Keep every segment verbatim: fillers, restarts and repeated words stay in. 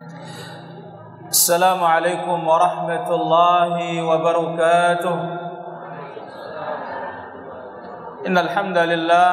Assalamualaikum warahmatullahi wabarakatuh. Innal hamdalillah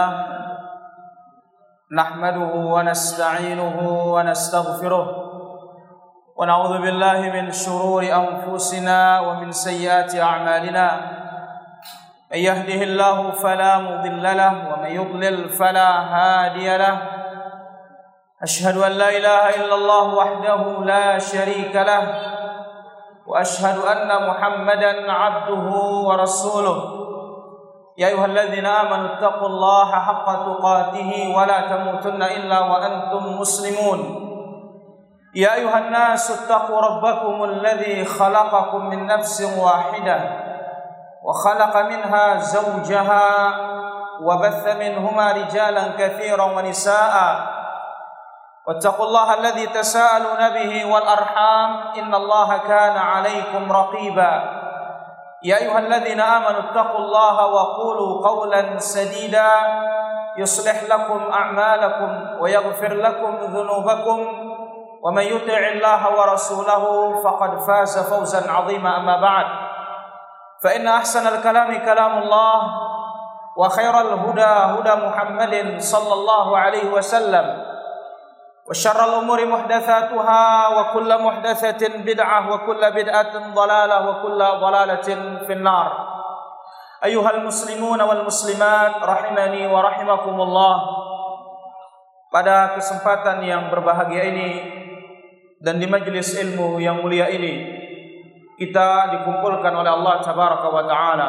nahmaduhu wa nasta'inuhu wa nastaghfiruh wa na'udzu billahi min shururi anfusina wa min sayyiati a'malina. May yahdihillahu fala mudilla lahu wa may yudlil fala hadiya lahu. أشهد أن لا إله إلا الله وحده لا شريك له وأشهد أن محمدا عبده ورسوله يا أيها الذين آمنوا اتقوا الله حق تقاته ولا تموتن إلا وأنتم مسلمون يا أيها الناس اتقوا ربكم الذي خلقكم من نفس واحدة وخلق منها زوجها وبث منهما رجالا كثيرا ونساء واتقوا الله الذي تساءلون به والأرحام إن الله كان عليكم رقيبا يا أيها الذين آمنوا اتقوا الله وقولوا قولا سديدا يصلح لكم أعمالكم ويغفر لكم ذنوبكم ومن يطع الله ورسوله فقد فاز فوزا عظيما أما بعد فإن أحسن الكلام كلام الله وخير الهدى هدى محمد صلى الله عليه وسلم وشر الأمور محدثاتها وكل محدثة بدعة وكل بدعة ضلالة وكل ضلالة في النار أيها المسلمون والmuslimat rahimani wa rahimakumullah. Pada kesempatan yang berbahagia ini dan di majelis ilmu yang mulia ini, kita dikumpulkan oleh Allah tabaraka wa taala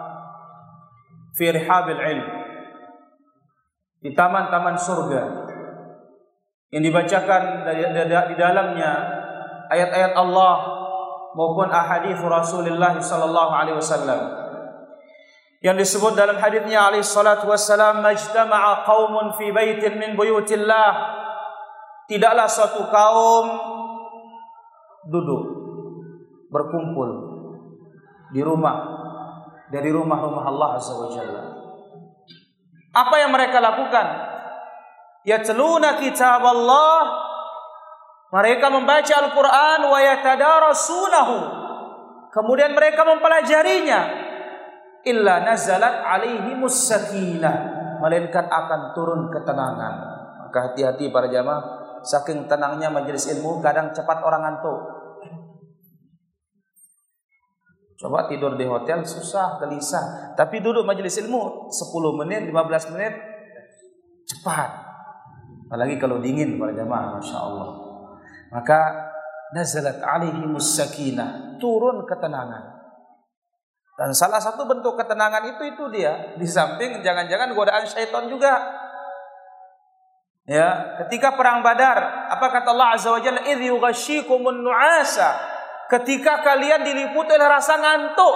fi rihabil ilm, di taman-taman surga, yang dibacakan di dalamnya ayat-ayat Allah maupun ahadits Rasulullah sallallahu alaihi wasallam. Yang disebut dalam hadisnya alaihi salatu wassalam, majtama'a qaumun fi baitin min buyutillah. Tidaklah suatu kaum duduk berkumpul di rumah dari rumah-rumah Allah azza wajalla. Apa yang mereka lakukan? Yatluna kitab Allah, mereka membaca Al-Quran, wa yatadarasunahu, kemudian mereka mempelajarinya. Illa nazalat alaihimus sakinah, melainkan akan turun ketenangan. Maka hati-hati para jamaah, saking tenangnya majelis ilmu kadang cepat orang ngantuk. Coba tidur di hotel susah, gelisah, tapi duduk majelis ilmu sepuluh menit, lima belas menit cepat. Apalagi kalau dingin para jamaah, masya Allah. Maka nazalat alaihimus sakinah, turun ketenangan. Dan salah satu bentuk ketenangan itu itu dia, di samping jangan-jangan godaan syaitan juga. Ya, ketika perang Badar, apa kata Allah azza wajalla? Idh yughashshikumun nu'asa, ketika kalian diliputi oleh rasa ngantuk.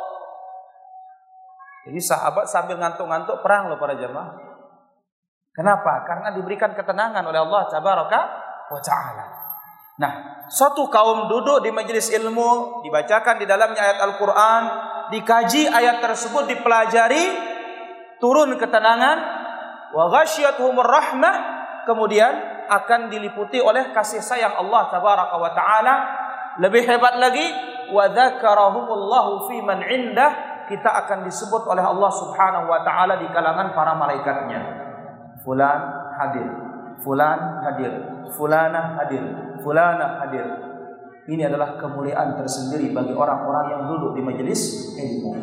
Jadi sahabat sambil ngantuk-ngantuk perang loh para jamaah. Kenapa? Karena diberikan ketenangan oleh Allah tabaraka wa ta'ala. Nah, suatu kaum duduk di majelis ilmu, dibacakan di dalamnya ayat Al-Quran, dikaji ayat tersebut, dipelajari, turun ketenangan, wa ghasyiyatuhumur rahmah, kemudian akan diliputi oleh kasih sayang Allah tabaraka wa ta'ala. Lebih hebat lagi, wa dzakarahumullahu fi man indah, kita akan disebut oleh Allah subhanahu wa ta'ala di kalangan para malaikatnya. Fulan hadir, fulan hadir, fulana hadir, fulana hadir. Ini adalah kemuliaan tersendiri bagi orang-orang yang duduk di majelis ilmu.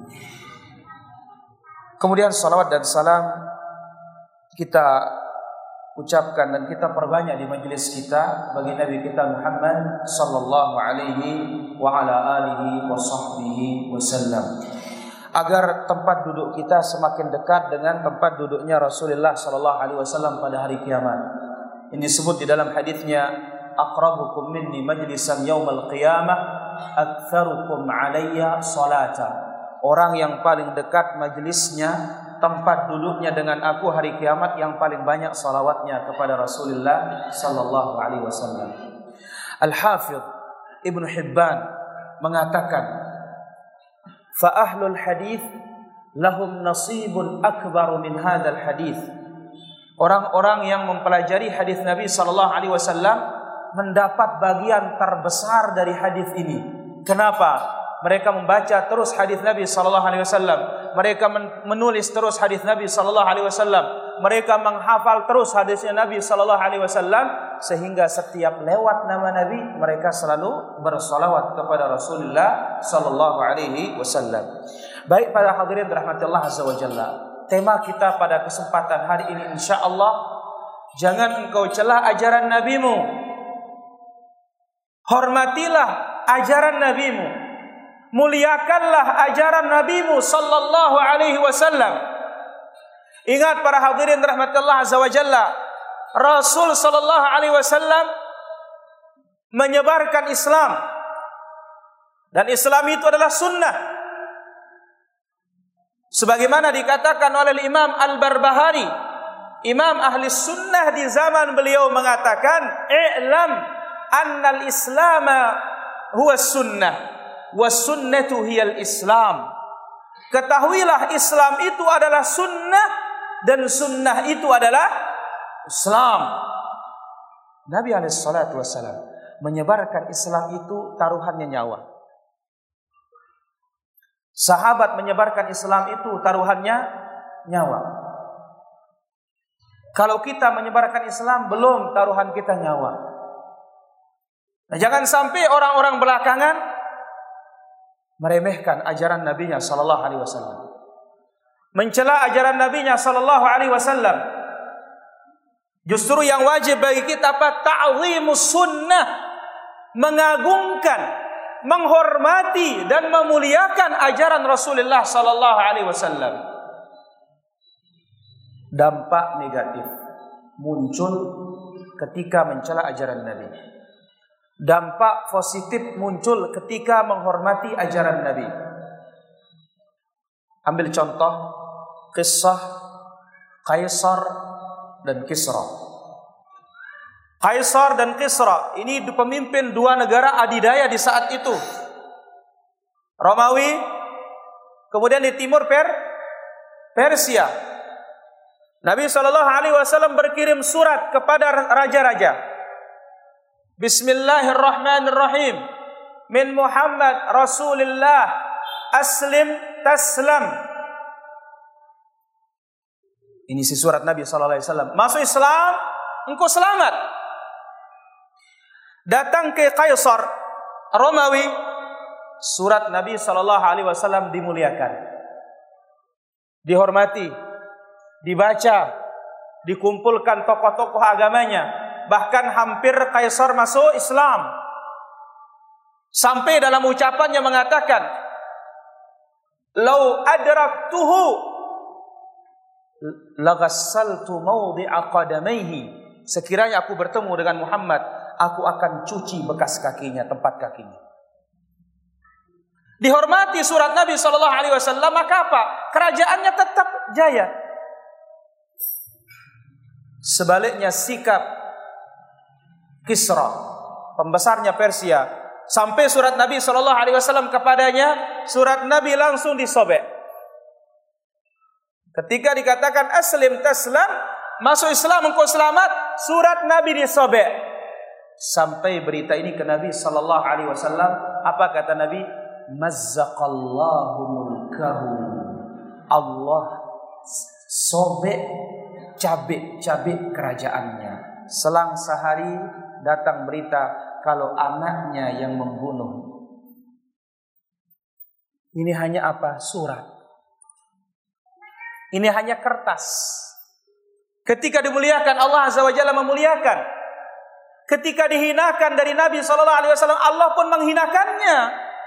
Kemudian salawat dan salam kita ucapkan dan kita perbanyak di majelis kita bagi Nabi kita Muhammad sallallahu alaihi wa ala alihi wa sahbihi wasallam, agar tempat duduk kita semakin dekat dengan tempat duduknya Rasulullah sallallahu alaihi wasallam pada hari kiamat. Ini disebut di dalam hadisnya, aqrabukum minni majlisan yaumal qiyamah aktsarukum alayya salata. Orang yang paling dekat majelisnya, tempat duduknya dengan aku hari kiamat, yang paling banyak salawatnya kepada Rasulullah sallallahu alaihi wasallam. Al-Hafidh Ibnu Hibban mengatakan, fa ahlul hadith lahum nasibun akbar min hadzal hadith. Orang-orang yang mempelajari hadis Nabi sallallahu alaihi wasallam mendapat bagian terbesar dari hadis ini. Kenapa? Mereka membaca terus hadis Nabi sallallahu alaihi wasallam. Mereka menulis terus hadis Nabi sallallahu alaihi wasallam. Mereka menghafal terus hadisnya Nabi sallallahu alaihi wasallam, sehingga setiap lewat nama Nabi mereka selalu bersalawat kepada Rasulullah sallallahu alaihi wasallam. Baik para hadirin rahmatillah azza wa jalla. Tema kita pada kesempatan hari ini insyaallah, jangan engkau celah ajaran nabimu. Hormatilah ajaran nabimu. Muliakanlah ajaran nabimu sallallahu alaihi wasallam. Ingat para hadirin rahmatullah azza wa jalla, Rasul sallallahu alaihi wasallam menyebarkan Islam, dan Islam itu adalah sunnah. Sebagaimana dikatakan oleh Imam Al-Barbahari, imam ahli sunnah di zaman beliau, mengatakan, "I'lam annal islama huwa sunnah wa sunnatu hiyal islam." Ketahuilah Islam itu adalah sunnah dan sunnah itu adalah Islam. Nabi alaihi salatu wassalam menyebarkan Islam itu taruhannya nyawa. Sahabat menyebarkan Islam itu taruhannya nyawa. Kalau kita menyebarkan Islam, belum taruhan kita nyawa. Nah, jangan sampai orang-orang belakangan meremehkan ajaran Nabi-Nya sallallahu alaihi wasallam, mencela ajaran Nabi-Nya sallallahu alaihi wasallam. Justru yang wajib bagi kita apa? Ta'zimus sunnah, mengagungkan, menghormati dan memuliakan ajaran Rasulullah sallallahu alaihi wasallam. Dampak negatif muncul ketika mencela ajaran Nabi. Dampak positif muncul ketika menghormati ajaran Nabi. Ambil contoh kisah Kaisar dan Kisra. Kaisar dan Kisra ini pemimpin dua negara adidaya di saat itu. Romawi, kemudian di timur Per Persia. Nabi sallallahu alaihi wasallam berkirim surat kepada raja-raja. Bismillahirrahmanirrahim. Min Muhammad Rasulullah, aslim taslam. Ini si surat Nabi sallallahu alaihi wasallam. Masuk Islam, engkau selamat. Datang ke Kaisar Romawi, surat Nabi sallallahu alaihi wasallam dimuliakan, dihormati, dibaca, dikumpulkan tokoh-tokoh agamanya. Bahkan hampir Kaisar masuk Islam. Sampai dalam ucapannya mengatakan, "Lau adraktuhu laghassaltu mawdi'a qadamaihi." Sekiranya aku bertemu dengan Muhammad, aku akan cuci bekas kakinya, tempat kakinya. Dihormati surat Nabi sallallahu alaihi wasallam, maka apa? Kerajaannya tetap jaya. Sebaliknya sikap Kisra, pembesarnya Persia, sampai surat Nabi sallallahu alaihi wasallam kepadanya, surat Nabi langsung disobek. Ketika dikatakan aslim taslam, masuk Islam engkau selamat, surat Nabi disobek. Sampai berita ini ke Nabi sallallahu alaihi wasallam, apa kata Nabi? Mazzaqallahu mulkahu. Allah sobek cabik-cabik kerajaannya. Selang sehari datang berita kalau anaknya yang membunuh. Ini hanya apa? Surat. Ini hanya kertas. Ketika dimuliakan, Allah Azza wa Jalla memuliakan. Ketika dihinakan dari Nabi sallallahu alaihi wasallam, Allah pun menghinakannya.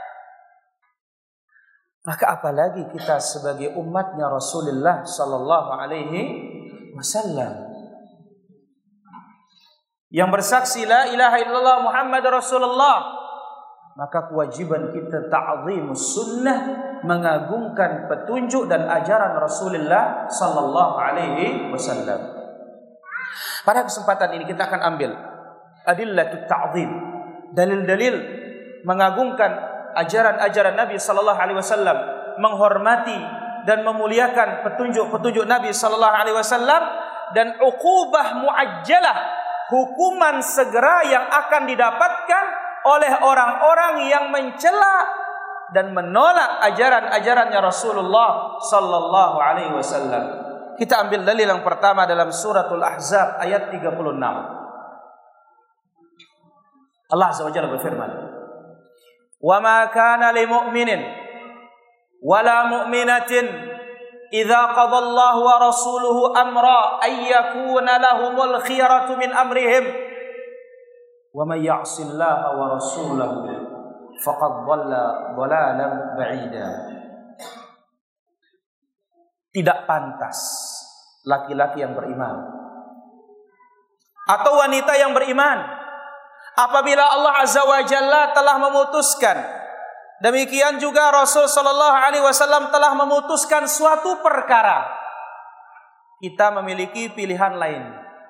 Maka apalagi kita sebagai umatnya Rasulullah sallallahu alaihi wasallam, yang bersaksi la ilaha illallah Muhammad Rasulullah, maka kewajiban kita ta'zimus sunnah, mengagungkan petunjuk dan ajaran Rasulullah sallallahu alaihi wasallam. Pada kesempatan ini kita akan ambil adillatut ta'zim, dalil-dalil mengagungkan ajaran-ajaran Nabi sallallahu alaihi wasallam, menghormati dan memuliakan petunjuk-petunjuk Nabi sallallahu alaihi wasallam, dan uqubah muajjalah, hukuman segera yang akan didapatkan oleh orang-orang yang mencela dan menolak ajaran-ajarannya Rasulullah sallallahu alaihi wasallam. Kita ambil dalil yang pertama dalam suratul Ahzab ayat tiga puluh enam. Allah Azza wa Jalla berfirman, "Wa ma kana lil mu'minin wala mu'minatin idza qada Allah wa rasuluhu amra ay yakuna lahumul khiyaratu min amrihim wa may ya'sillaha wa rasulahu faqad dhalla dhalalan ba'ida." Tidak pantas laki-laki yang beriman atau wanita yang beriman apabila Allah Azza wa Jalla telah memutuskan, demikian juga Rasul sallallahu alaihi wasallam telah memutuskan suatu perkara, kita memiliki pilihan lain.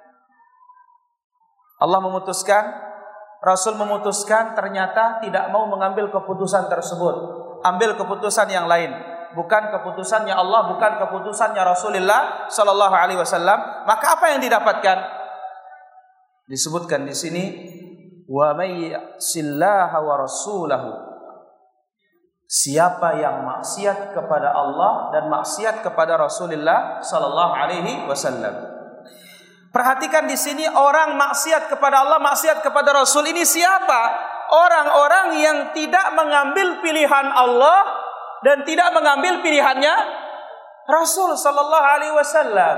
Allah memutuskan, Rasul memutuskan, ternyata tidak mau mengambil keputusan tersebut, ambil keputusan yang lain, bukan keputusannya Allah, bukan keputusannya Rasulullah sallallahu alaihi wasallam, maka apa yang didapatkan? Disebutkan di sini, wa may ya'sillaha wa rasulahu. Siapa yang maksiat kepada Allah dan maksiat kepada Rasulullah sallallahu alaihi wasallam. Perhatikan di sini, orang maksiat kepada Allah, maksiat kepada Rasul ini siapa? Orang-orang yang tidak mengambil pilihan Allah dan tidak mengambil pilihannya Rasul sallallahu alaihi wasallam.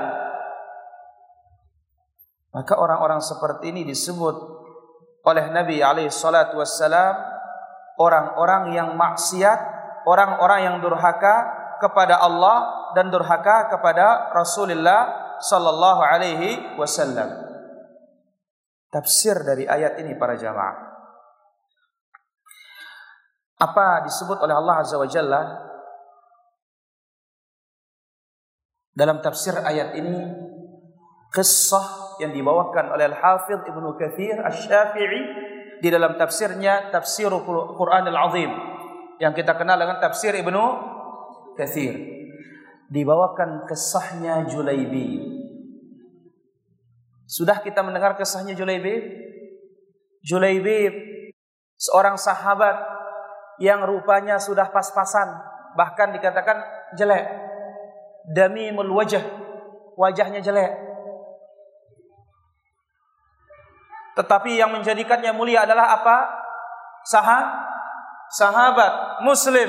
Maka orang-orang seperti ini disebut oleh Nabi alaihi salatu wassalam orang-orang yang maksiat, orang-orang yang durhaka kepada Allah dan durhaka kepada Rasulullah sallallahu alaihi wasallam. Tafsir dari ayat ini para jamaah, apa disebut oleh Allah Azza wa Jalla dalam tafsir ayat ini? Kisah yang dibawakan oleh Al-Hafidh Ibnu Katsir Asy-Syafi'i di dalam tafsirnya Tafsirul Qur'anil Azim yang kita kenal dengan tafsir Ibnu Katsir. Dibawakan kisahnya Julaibib. Sudah kita mendengar kisahnya Julaibib? Julaibib seorang sahabat yang rupanya sudah pas-pasan, bahkan dikatakan jelek. Damimul wajah, wajahnya jelek. Tetapi yang menjadikannya mulia adalah apa? Sah sahabat Muslim.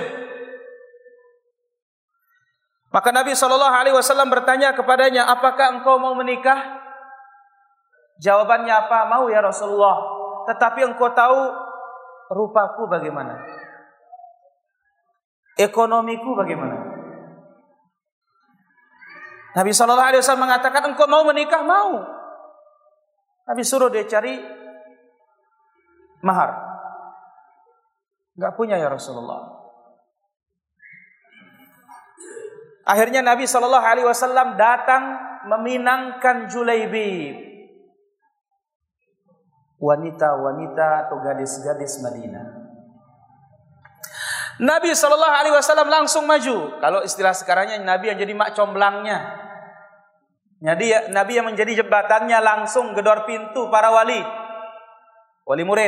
Maka Nabi shallallahu alaihi wasallam bertanya kepadanya, apakah engkau mau menikah? Jawabannya apa? Mau ya Rasulullah. Tetapi engkau tahu rupaku bagaimana? Ekonomiku bagaimana? Nabi shallallahu alaihi wasallam mengatakan, engkau mau menikah? Mau. Nabi suruh dia cari mahar. Enggak punya ya Rasulullah. Akhirnya Nabi shallallahu alaihi wasallam datang meminangkan Julaibib, wanita-wanita atau gadis-gadis Madinah. Nabi shallallahu alaihi wasallam langsung maju. Kalau istilah sekarangnya, Nabi yang jadi mak comblangnya. Jadi Nabi yang menjadi jembatannya, langsung gedor pintu para wali, wali murid.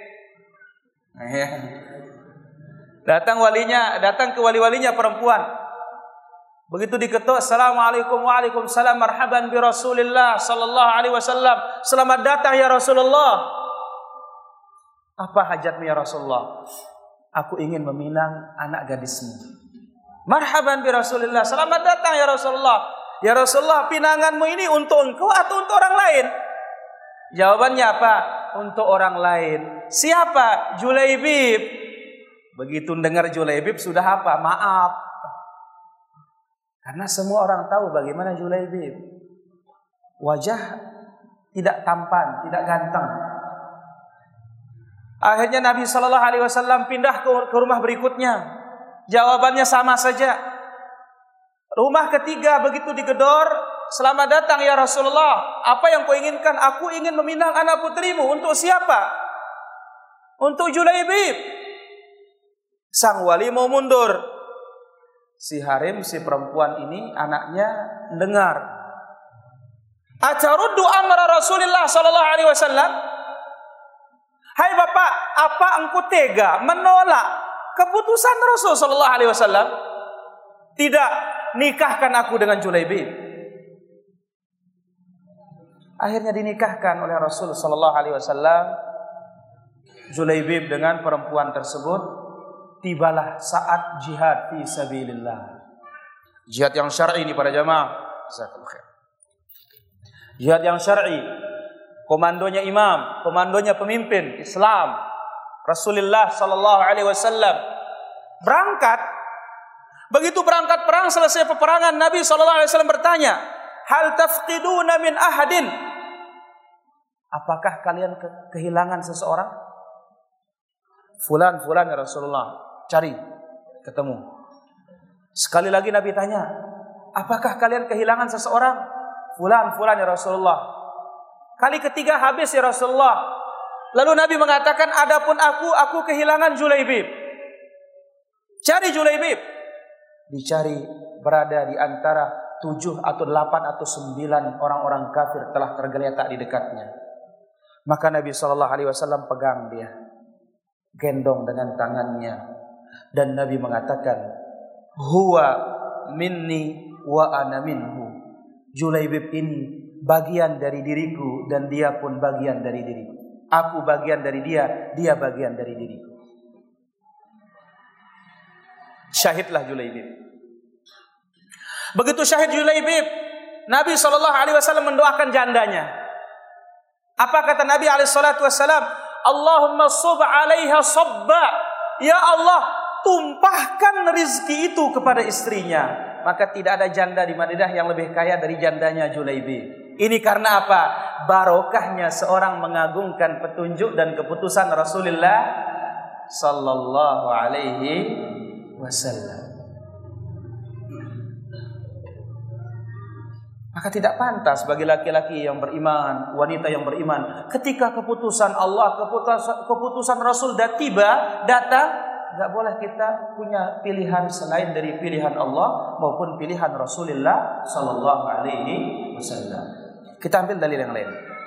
Datang walinya, datang ke wali-walinya perempuan. Begitu diketuk, assalamualaikum, waalaikumsalam, marhaban bi Rasulillah sallallahu alaihi wasallam. Selamat datang ya Rasulullah. Apa hajatmu ya Rasulullah? Aku ingin meminang anak gadismu. Marhaban bi Rasulillah, selamat datang ya Rasulullah. Ya Rasulullah, pinanganmu ini untuk engkau atau untuk orang lain? Jawabannya apa? Untuk orang lain. Siapa? Julaibib. Begitu dengar Julaibib sudah apa? Maaf. Karena semua orang tahu bagaimana Julaibib. Wajah tidak tampan, tidak ganteng. Akhirnya Nabi shallallahu alaihi wasallam pindah ke rumah berikutnya. Jawabannya sama saja. Rumah ketiga begitu digedor, selamat datang ya Rasulullah. Apa yang kau inginkan? Aku ingin meminang anak putrimu. Untuk siapa? Untuk Julaibib. Sang wali mau mundur. Si harim, si perempuan ini anaknya dengar. Ataruddu amra Rasulillah sallallahu alaihi wasallam? Hai Bapak, apa engkau tega menolak keputusan Rasul sallallahu alaihi wasallam? Tidak, nikahkan aku dengan Julaibib. Akhirnya dinikahkan oleh Rasul sallallahu alaihi wasallam Julaibib dengan perempuan tersebut. Tibalah saat jihad fi sabilillah. Jihad yang syar'i ini para jamaah. Jazakallahu khair. Jihad yang syar'i. Komandonya imam, komandonya pemimpin Islam. Rasulullah sallallahu alaihi wasallam berangkat. Begitu berangkat perang, selesai peperangan, Nabi sallallahu alaihi wasallam bertanya, "Hal tafqiduna min ahadin?" Apakah kalian ke- kehilangan seseorang? Fulan, fulan ya Rasulullah. Cari, ketemu. Sekali lagi Nabi tanya, apakah kalian kehilangan seseorang? Fulan, fulan ya Rasulullah. Kali ketiga habis ya Rasulullah. Lalu Nabi mengatakan, adapun aku, aku kehilangan Julaibib. Cari Julaibib. Dicari, berada di antara tujuh atau delapan atau sembilan orang-orang kafir telah tergeletak di dekatnya. Maka Nabi shallallahu alaihi wasallam pegang dia, gendong dengan tangannya. Dan Nabi mengatakan, huwa minni wa ana minhu. Julaibib ini bagian dari diriku dan dia pun bagian dari diriku. Aku bagian dari dia, dia bagian dari diriku. Syahidlah Julaibib. Begitu syahid Julaibib, Nabi shallallahu alaihi wasallam mendoakan jandanya. Apa kata Nabi alaihi salatu wasallam? Allahumma sub alaiha sabba. Ya Allah, tumpahkan rizki itu kepada istrinya. Maka tidak ada janda di Madinah yang lebih kaya dari jandanya Julaibib. Ini karena apa? Barokahnya seorang mengagungkan petunjuk dan keputusan Rasulullah sallallahu alaihi wasallam. Maka tidak pantas bagi laki-laki yang beriman, wanita yang beriman, ketika keputusan Allah, keputusan, keputusan Rasul dah tiba, datang, tidak boleh kita punya pilihan selain dari pilihan Allah maupun pilihan Rasulullah sallallahu alaihi wasallam. Kita ambil dalil yang lain.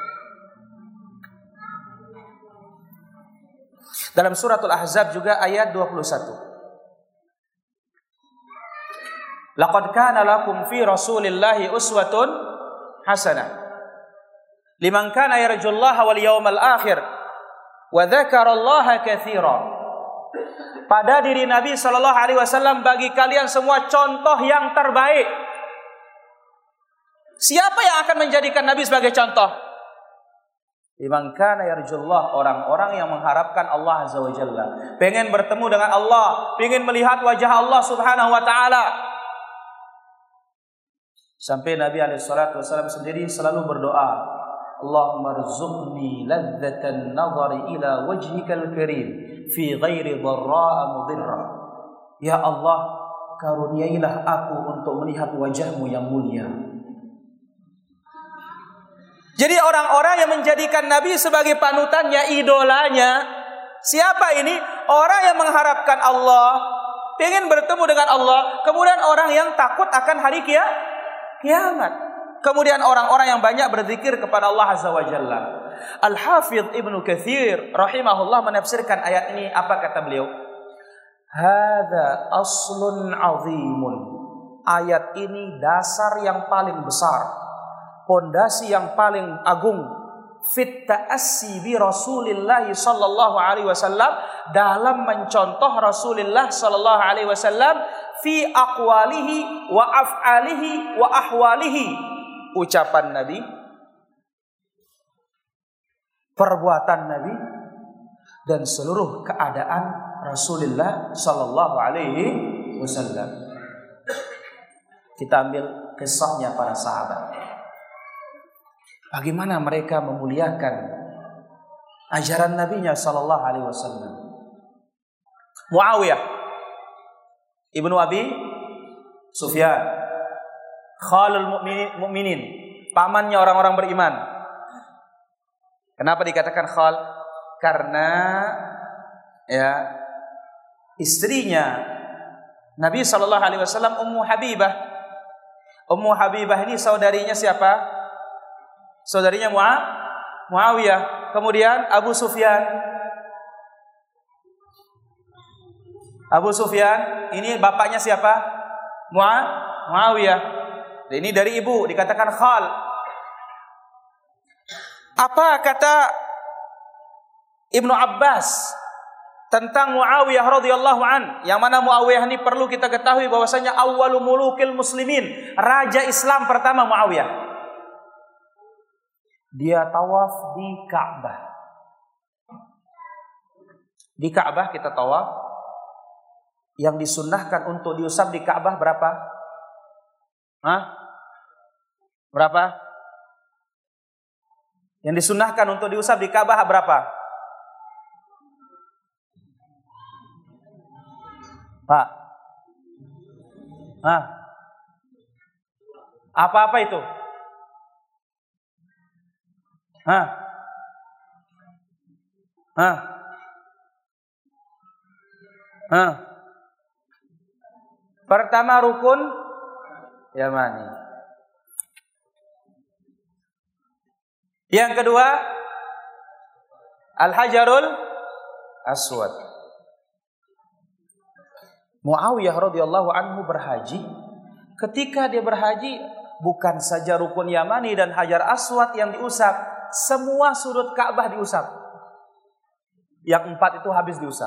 Dalam suratul Ahzab juga ayat dua puluh satu. Laqad kana lakum fi Rasulillahi uswatun hasanah liman kana yarjullaha wal yawmal akhir wa dzakarallaha katsira. Pada diri Nabi sallallahu alaihi wasallam bagi kalian semua contoh yang terbaik. Siapa yang akan menjadikan Nabi sebagai contoh? Liman kana yarjullah, orang-orang yang mengharapkan Allah azza wa jalla, pengen bertemu dengan Allah, pengen melihat wajah Allah subhanahu wa taala. Sampai Nabi alaihi salatu wasallam sendiri selalu berdoa, Allahumma rzuqni ladzatan nadhari ila wajhikal karim fi ghairi dharra'a mudhirrah. Ya Allah, karuniailah aku untuk melihat wajahmu yang mulia. Jadi orang-orang yang menjadikan Nabi sebagai panutannya, idolanya, siapa ini? Orang yang mengharapkan Allah, ingin bertemu dengan Allah, kemudian orang yang takut akan hari kiamat. Kiamat. Kemudian orang-orang yang banyak berzikir kepada Allah Azza wa Jalla. Al-Hafidh Ibnu Katsir rahimahullah menafsirkan ayat ini, apa kata beliau? Hadza aslun azimun. Ayat ini dasar yang paling besar, pondasi yang paling agung fit ta'assi bi Rasulillah sallallahu alaihi wasallam, dalam mencontoh Rasulullah sallallahu alaihi wasallam fi aqwalihi wa af'alihi wa ahwalihi. Ucapan Nabi, perbuatan Nabi, dan seluruh keadaan Rasulullah sallallahu alaihi wasallam. Kita ambil kisahnya para sahabat. Bagaimana mereka memuliakan ajaran Nabi-Nya sallallahu alaihi wasallam. Muawiyah Ibnu Abi Sufyan, Khalul Mu'minin, pamannya orang-orang beriman. Kenapa dikatakan Khal? Karena ya istrinya Nabi sallallahu alaihi wasallam Ummu Habibah. Ummu Habibah ini saudarinya siapa? saudarinya Mu'a Muawiyah. Kemudian Abu Sufyan. Abu Sufyan ini bapaknya siapa? Mu'a Muawiyah. Ini dari ibu dikatakan khal. Apa kata Ibnu Abbas tentang Muawiyah radhiyallahu an? Yang mana Muawiyah ini perlu kita ketahui bahwasanya awwalu mulukil muslimin, raja Islam pertama Muawiyah. Dia tawaf di Ka'bah. Di Ka'bah kita tawaf. Yang disunnahkan untuk diusap di Ka'bah berapa? Hah? Berapa? Yang disunnahkan untuk diusap di Ka'bah berapa? Pak? Hah? Apa-apa itu? Hah? Hah? Hah? Pertama rukun Yamani. Yang kedua Al-Hajarul Aswad. Muawiyah radhiyallahu anhu berhaji. Ketika dia berhaji, bukan saja rukun Yamani dan Hajar Aswad yang diusap, semua sudut Ka'bah diusap. Yang empat itu habis diusap.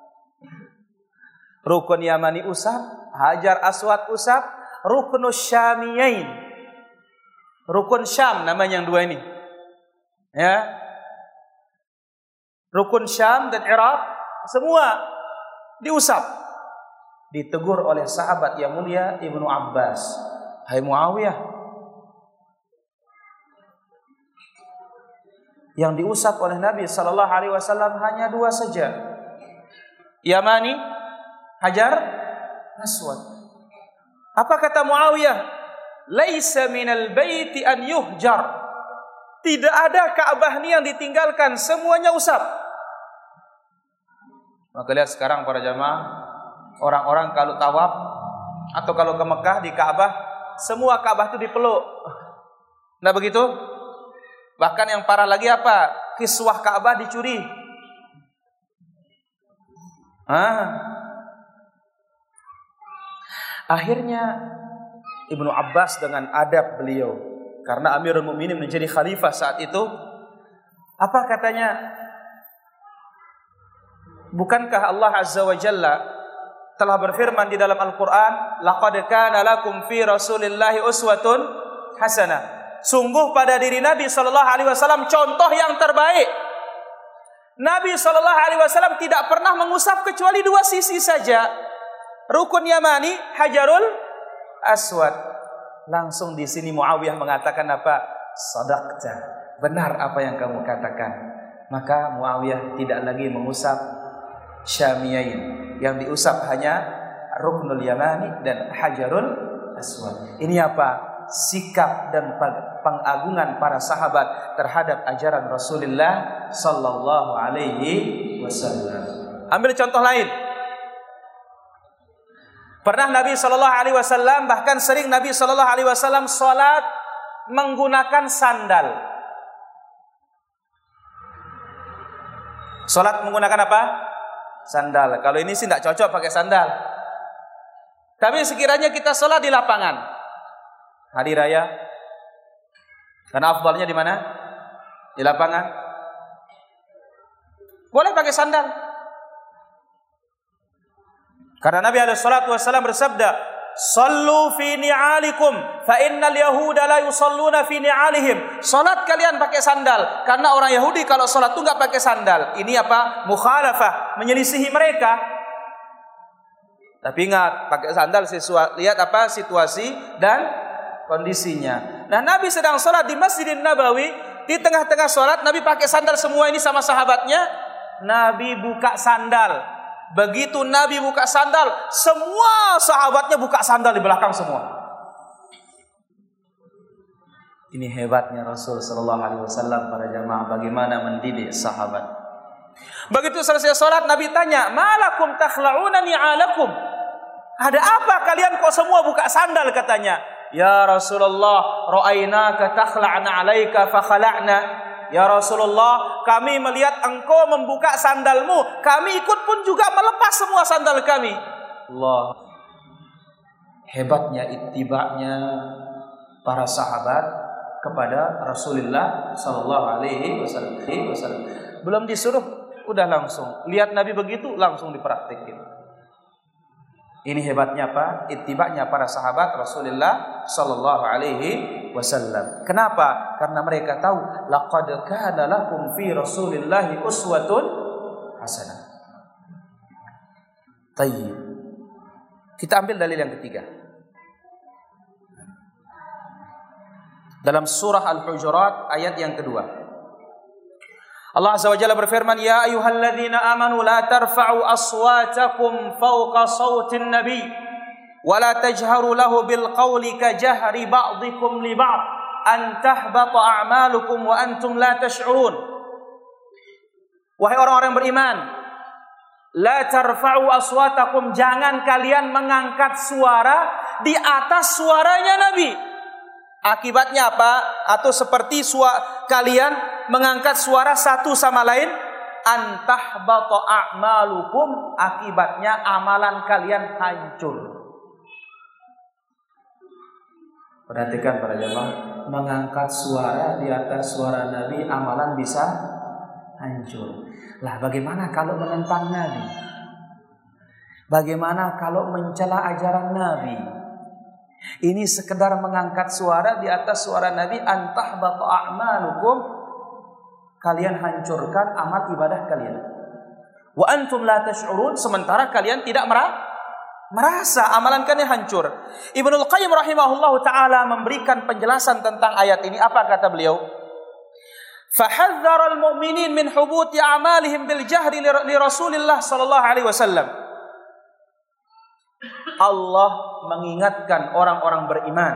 Rukun Yamani usap, Hajar Aswad usap, Ruknus Syamiyain. Rukun Syam namanya yang dua ini. Ya. Rukun Syam dan Iraq semua diusap. Ditegur oleh sahabat yang mulia Ibnu Abbas. Hai Muawiyah, yang diusap oleh Nabi sallallahu alaihi wasallam hanya dua saja. Yamani, Hajar Aswad. Apa kata Muawiyah? Laisa minal baiti an yuhjar. Tidak ada Ka'bah ini yang ditinggalkan, semuanya usap. Maka lihat sekarang para jamaah, orang-orang kalau tawaf atau kalau ke Mekah di Ka'bah, semua Ka'bah itu dipeluk. Nah begitu? Bahkan yang parah lagi apa? Kiswah Ka'bah dicuri. Ah. Akhirnya Ibnu Abbas dengan adab beliau, karena Amirul Mukminin menjadi khalifah saat itu, apa katanya? Bukankah Allah Azza wa Jalla telah berfirman di dalam Al-Quran, laqad kana lakum fi Rasulillahi uswatun hasanah. Sungguh pada diri Nabi sallallahu alaihi wasallam contoh yang terbaik. Nabi sallallahu alaihi wasallam tidak pernah mengusap kecuali dua sisi saja. Rukun Yamani, Hajarul Aswad. Langsung di sini Muawiyah mengatakan apa? Sadaqta. Benar apa yang kamu katakan. Maka Muawiyah tidak lagi mengusap Syamiyain. Yang diusap hanya Ruknul Yamani dan Hajarul Aswad. Ini apa? Sikap dan pengagungan para sahabat terhadap ajaran Rasulullah sallallahu alaihi wasallam. Ambil contoh lain. Pernah Nabi sallallahu alaihi wasallam, bahkan sering Nabi sallallahu alaihi wasallam salat menggunakan sandal. Salat menggunakan apa? Sandal. Kalau ini sih tidak cocok pakai sandal. Tapi sekiranya kita salat di lapangan, hari raya, karena afdalnya di mana? Di lapangan. Boleh pakai sandal. Karena Nabi alaihi salatu wasallam bersabda, "Shallu fi ni'alikum fa innal yahuda la yusalluna fi ni'alihim." Salat kalian pakai sandal, karena orang Yahudi kalau salat itu enggak pakai sandal. Ini apa? Mukhalafah, menyelisihi mereka. Tapi ingat, pakai sandal sesuai lihat apa situasi dan kondisinya. Nah, Nabi sedang salat di Masjidin Nabawi, di tengah-tengah salat Nabi pakai sandal semua ini sama sahabatnya. Nabi buka sandal. Begitu Nabi buka sandal, semua sahabatnya buka sandal di belakang semua. Ini hebatnya Rasul sallallahu alaihi wasallam para jamaah, bagaimana mendidik sahabat. Begitu selesai salat Nabi tanya, "Malakum takhla'una ni'alakum?" Ada apa kalian kok semua buka sandal katanya? "Ya Rasulullah, ra'ainaka takhla'na 'alaika fa khala'na." Ya Rasulullah, kami melihat engkau membuka sandalmu, kami ikut pun juga melepas semua sandal kami. Allah. Hebatnya ittiba'nya para sahabat kepada Rasulullah sallallahu alaihi wasallam. Belum disuruh, udah langsung. Lihat Nabi begitu, langsung dipraktikin. Ini hebatnya apa? Ittiba'nya para sahabat Rasulullah sallallahu alaihi wasallam. Kenapa? Karena mereka tahu laqad kana lakum fi Rasulillahi uswatun hasanah. Tayyib. Kita ambil dalil yang ketiga. Dalam surah Al-Hujurat ayat yang kedua. Allah Azza wa Jalla berfirman, "Ya ayyuhalladzina amanu la tarfa'u aswatakum fawqa sawtin nabi wa la tajharu lahu bil qawli ka jahri ba'dikum li ba'd an tahbata a'malukum wa antum la tash'urun." Wahai orang-orang beriman, la tarfa'u aswatakum, jangan kalian mengangkat suara di atas suaranya Nabi. Akibatnya apa? Atau seperti suara kalian mengangkat suara satu sama lain, antahbata a'malukum, akibatnya amalan kalian hancur. Perhatikan para jemaah, mengangkat suara di atas suara Nabi, amalan bisa hancur. Lah bagaimana kalau menentang Nabi? Bagaimana kalau mencela ajaran Nabi? Ini sekedar mengangkat suara di atas suara Nabi, antahbata a'malukum, kalian hancurkan amal ibadah kalian. Wa antum la tash'urun, sementara kalian tidak merasa amalan kalian hancur. Ibnul Qayyim rahimahullahu taala memberikan penjelasan tentang ayat ini. Apa kata beliau? Fahadzara al-mu'minin min hubuti a'malihim bil jahri li Rasulillah sallallahu alaihi wasallam. Allah mengingatkan orang-orang beriman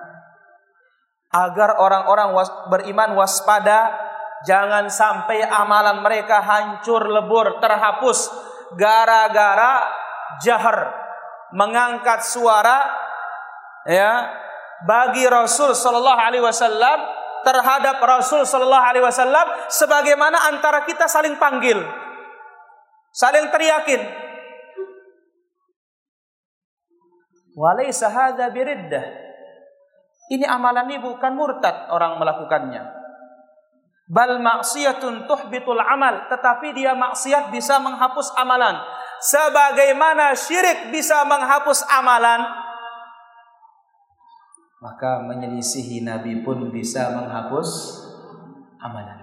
agar orang-orang was, beriman waspada, jangan sampai amalan mereka hancur lebur, terhapus gara-gara jahar, mengangkat suara ya bagi Rasul sallallahu alaihi wasallam, terhadap Rasul sallallahu alaihi wasallam, sebagaimana antara kita saling panggil, saling teriakin. Walaysa hadza biriddah. Ini amalan ini bukan murtad orang melakukannya. Bal maksiyatun tuhbitul amal, tetapi dia maksiat bisa menghapus amalan. Sebagaimana syirik bisa menghapus amalan, maka menyelisihi Nabi pun bisa menghapus amalan.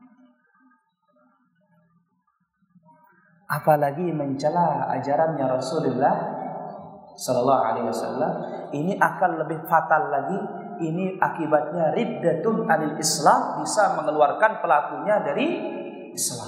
Apalagi mencela ajarannya Rasulullah sallallahu alaihi wasallam, ini akan lebih fatal lagi. Ini akibatnya riddatun anil Islam, bisa mengeluarkan pelakunya dari Islam.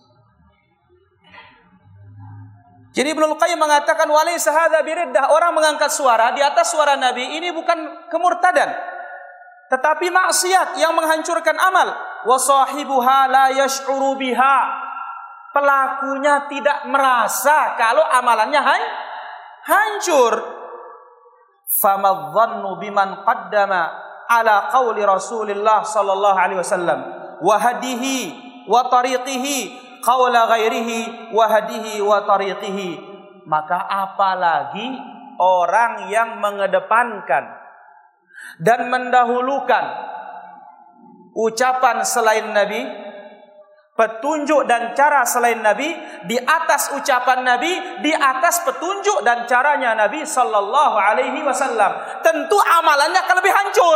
Jadi Ibnul Qayyim mengatakan walaysa hadza biriddah, orang mengangkat suara di atas suara Nabi ini bukan kemurtadan, tetapi maksiat yang menghancurkan amal. Wa sahibuha la yash'uru biha, pelakunya tidak merasa kalau amalannya hancur. hancur. Famadhannu biman qaddama ala qawli Rasulillah sallallahu alaihi wasallam wa hadihi wa tariqihi qawla ghairihi wa hadihi wa tariqihi. Maka apalagi orang yang mengedepankan dan mendahulukan ucapan selain Nabi, petunjuk dan cara selain Nabi di atas ucapan Nabi, di atas petunjuk dan caranya Nabi sallallahu alaihi wasallam, tentu amalannya akan lebih hancur.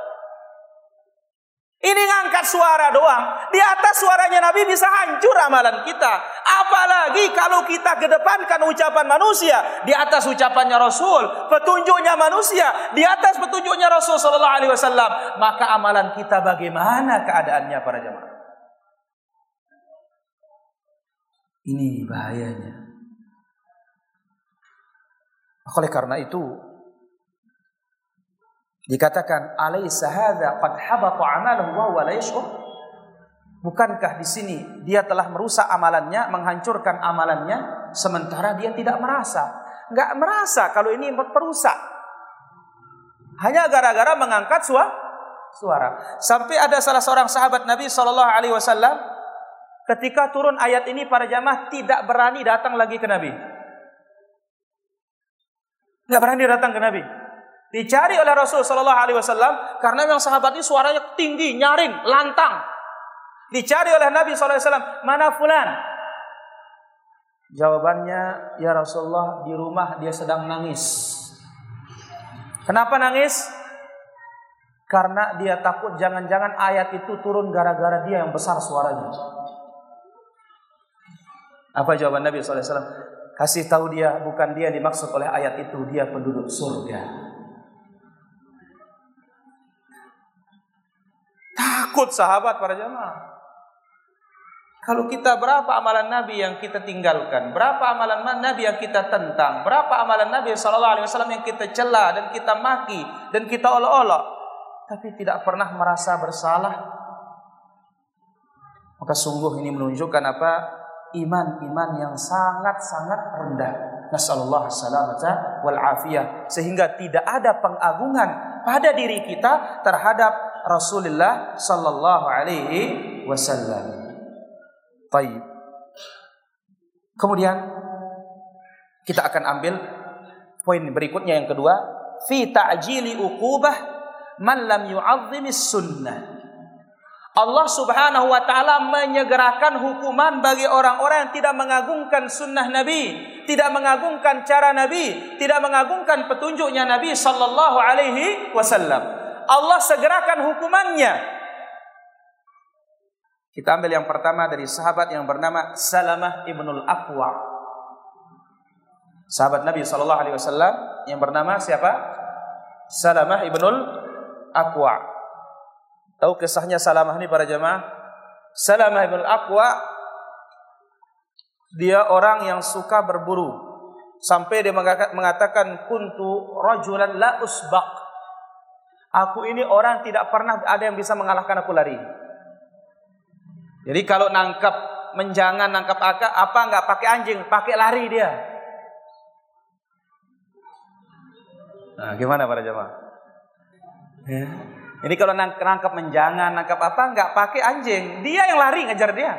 Ini ngangkat suara doang, di atas suaranya Nabi bisa hancur amalan kita. Apalagi kalau kita kedepankan ucapan manusia di atas ucapannya Rasul, petunjuknya manusia di atas petunjuknya Rasul sallallahu alaihi wasallam, maka amalan kita bagaimana keadaannya para jemaah? Ini bahayanya. Oleh karena itu dikatakan alaysa hadza qad habata 'amaluhu wa huwa la yash'ur. Bukankah di sini dia telah merusak amalannya, menghancurkan amalannya, sementara dia tidak merasa. Enggak merasa kalau ini perusak. Hanya gara-gara mengangkat suara. suara. Sampai ada salah seorang sahabat Nabi Shallallahu Alaihi Wasallam ketika turun ayat ini, para jamaah tidak berani datang lagi ke Nabi. Tidak berani datang ke Nabi. Dicari oleh Rasul Shallallahu Alaihi Wasallam karena memang sahabat ini suaranya tinggi, nyaring, lantang. Dicari oleh Nabi Shallallahu Alaihi Wasallam, mana fulan? Jawabannya, ya Rasulullah, di rumah dia sedang nangis. Kenapa nangis? Karena dia takut jangan-jangan ayat itu turun gara-gara dia yang besar suaranya. Apa jawaban Nabi shallallahu alaihi wasallam? Kasih tahu dia, bukan dia dimaksud oleh ayat itu, dia penduduk surga. Takut sahabat, para jamaah. Kalau kita, berapa amalan Nabi yang kita tinggalkan, berapa amalan Nabi yang kita tentang, berapa amalan Nabi shallallahu alaihi wasallam yang kita cela dan kita maki dan kita olok-olok, tapi tidak pernah merasa bersalah. Maka sungguh ini menunjukkan apa? Iman-iman yang sangat-sangat rendah. Nasallallahu salamata wal afiyah, sehingga tidak ada pengagungan pada diri kita terhadap Rasulullah sallallahu alaihi wasallam. Baik. Kemudian kita akan ambil poin berikutnya yang kedua, fi ta'jili uqubah man lam yu'azzimis sunnah. Allah Subhanahu wa taala menyegerakan hukuman bagi orang-orang yang tidak mengagungkan sunnah Nabi, tidak mengagungkan cara Nabi, tidak mengagungkan petunjuknya Nabi sallallahu alaihi wasallam. Allah segerakan hukumannya. Kita ambil yang pertama dari sahabat yang bernama Salamah ibnul Aqwa. Sahabat Nabi sallallahu alaihi wasallam yang bernama siapa? Salamah ibnul Aqwa. Tahu kisahnya Salamah ini, para jemaah? Salamah ibnul Aqwa, dia orang yang suka berburu. Sampai dia mengatakan, kuntu rajulan la usbaq. Aku ini orang tidak pernah ada yang bisa mengalahkan aku lari. Jadi kalau nangkap menjangan, nangkap apa, apa nggak pakai anjing, pakai lari dia. Nah, gimana para jemaah? Ya. Ini kalau nangkap menjangan, nangkap apa, nggak pakai anjing, dia yang lari ngejar dia.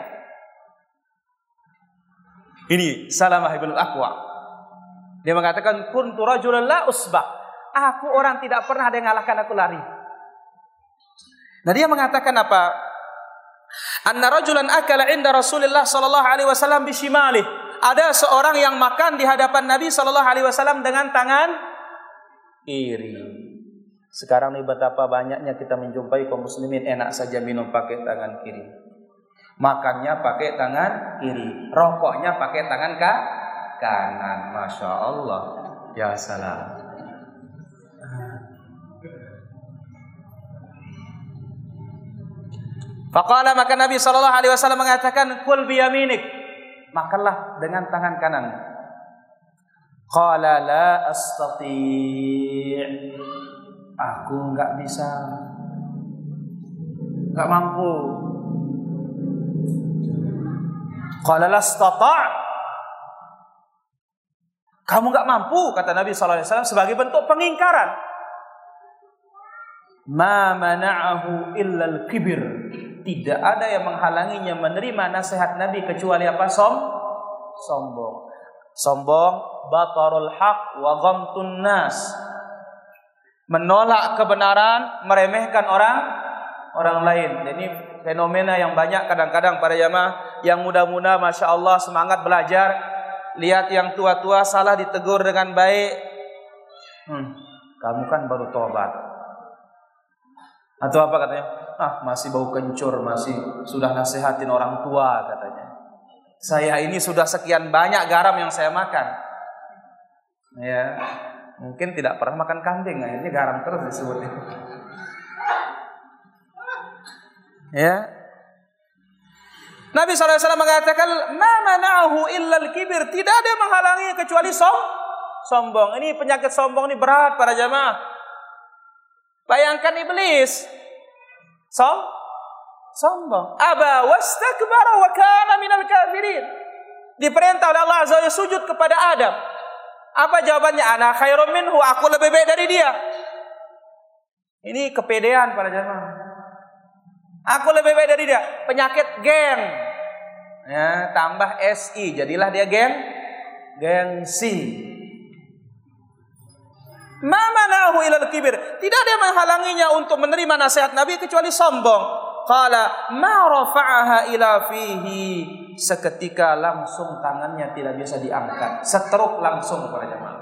Ini Salamah ibn al-Aqwa. Dia mengatakan, kuntu rajulan la usbaq. Aku orang tidak pernah ada yang ngalahkan aku lari. Nah, dia mengatakan apa? Anna rajulan akala inda Rasulullah sallallahu alaihi wasallam bishimalih. Ada seorang yang makan di hadapan Nabi sallallahu alaihi wasallam dengan tangan kiri. Sekarang nih betapa banyaknya kita menjumpai kaum muslimin enak saja minum pakai tangan kiri. Makannya pakai tangan kiri, rokoknya pakai tangan ka kanan. Masya Allah. Ya salam. Faqala, maka Nabi sallallahu alaihi wasallam mengatakan, kul biyaminik, makanlah dengan tangan kanan. Qala la astati', aku enggak bisa, enggak mampu. Qala la astata', kamu enggak mampu, kata Nabi sallallahu alaihi wasallam sebagai bentuk pengingkaran. Ma mana'ahu illa al-kibir, tidak ada yang menghalanginya menerima nasihat Nabi kecuali apa? Som, sombong. Sombong, batarul haq wa ghamtun nas. Menolak kebenaran, meremehkan orang orang lain. Dan ini fenomena yang banyak kadang-kadang para jamaah yang muda-muda, masya Allah, semangat belajar. Lihat yang tua-tua salah ditegur dengan baik. Hmm, kamu kan baru tobat. Atau apa katanya? Ah, masih bau kencur, masih sudah nasihatin orang tua katanya. Saya ini sudah sekian banyak garam yang saya makan. Ya, mungkin tidak pernah makan kambing, akhirnya garam terus disebutnya. Ya. Nabi sallallahu alaihi wasallam mengatakan, "Ma mana'ahu illa al-kibir." Tidak ada yang menghalangi kecuali som sombong. Ini penyakit sombong ini berat para jamaah. Bayangkan iblis som sombong. Aba wastakbara wa kana minal kafirin. Diperintah oleh Allah Azza wa Jalla sujud kepada Adam. Apa jawabannya? Ana khairum minhu, aku lebih baik dari dia. Ini kepedean para jamaah. Aku lebih baik dari dia. Penyakit geng. Ya, tambah S I, jadilah dia geng gengsi. Ma manahu ilal kibir. Tidak ada yang menghalanginya untuk menerima nasihat Nabi kecuali sombong. Qala ma rafa'aha ila fihi. Seketika langsung tangannya tidak bisa diangkat. Setruk langsung para jamaah.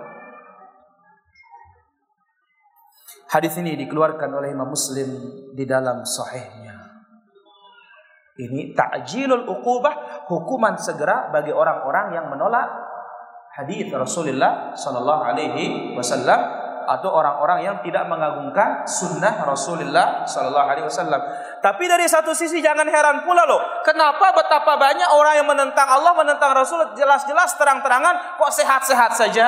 Hadis ini dikeluarkan oleh Imam Muslim di dalam sahihnya. Ini ta'jilul uqubah, hukuman segera bagi orang-orang yang menolak hadis Rasulullah sallallahu alaihi wasallam atau orang-orang yang tidak mengagungkan sunnah Rasulullah sallallahu alaihi wasallam. Tapi dari satu sisi jangan heran pula loh, kenapa betapa banyak orang yang menentang Allah, menentang Rasul jelas-jelas terang-terangan kok sehat-sehat saja.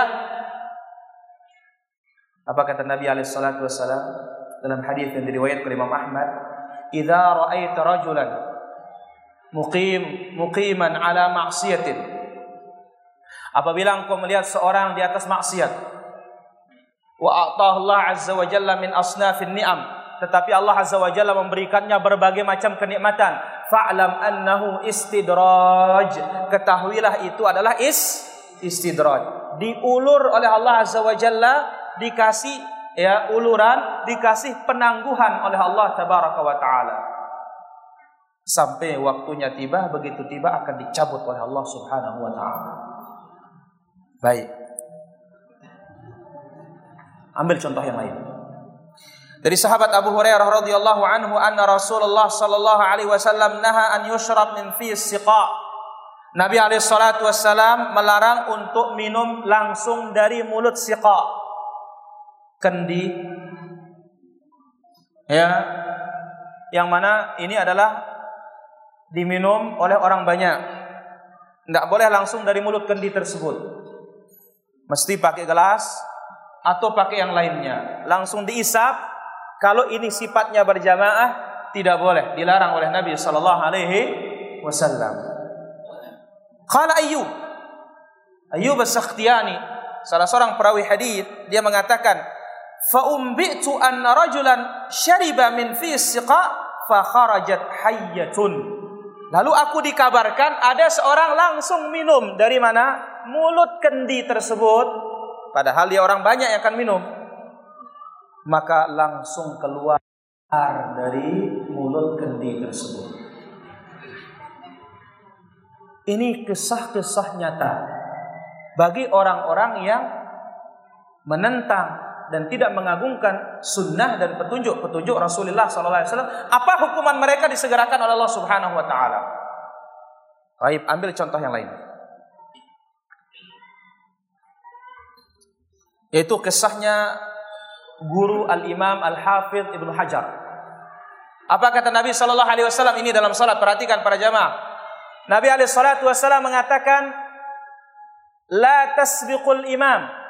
Apa kata Nabi alaihi salatu wasallam dalam hadis yang diriwayatkan oleh Imam Ahmad, "Idza ra'aita rajulan muqim muqiman ala ma'siyatin." Apabila engkau melihat seorang di atas maksiat, wa a'tahu Allah azza wa jalla min asnafin ni'am, tetapi Allah azza wa jalla memberikannya berbagai macam kenikmatan, fa'lam annahu istidraj, ketahuilah itu adalah is istidraj, diulur oleh Allah azza wa jalla, dikasih ya uluran, dikasih penangguhan oleh Allah tabaraka wa taala. Sampai waktunya tiba, begitu tiba akan dicabut oleh Allah subhanahu wa taala. Baik. Ambil contoh yang lain. Dari sahabat Abu Hurairah radhiyallahu anhu anna Rasulullah sallallahu alaihi wasallam naha an yushrab min fi siqa. Nabi alaihi salatu wasallam melarang untuk minum langsung dari mulut siqa. Kendi, ya, yang mana ini adalah diminum oleh orang banyak. Tidak boleh langsung dari mulut kendi tersebut, mesti pakai gelas atau pakai yang lainnya. Langsung diisap. Kalau ini sifatnya berjamaah tidak boleh, dilarang oleh Nabi sallallahu alaihi wasallam. Qala Ayyub, Ayyub as-Sakhtiyani, salah seorang perawi hadis, dia mengatakan, fa umbitu anna rajulan syariba min fi siqa fa kharajat hayyatun. Lalu aku dikabarkan ada seorang langsung minum dari mana? Mulut kendi tersebut. Padahal dia orang banyak yang akan minum. Maka langsung keluar dari mulut kendi tersebut. Ini kisah-kisah nyata bagi orang-orang yang menentang dan tidak mengagungkan sunnah dan petunjuk-petunjuk Rasulullah sallallahu alaihi wasallam. Apa hukuman mereka disegerakan oleh Allah Subhanahu wa taala? Baik, ambil contoh yang lain. Yaitu kisahnya guru Al-Imam Al-Hafidh Ibnu Hajar. Apa kata Nabi sallallahu alaihi wasallam ini dalam salat? Perhatikan para jamaah. Nabi alaihi salatu wasallam mengatakan, "La tasbiqul imam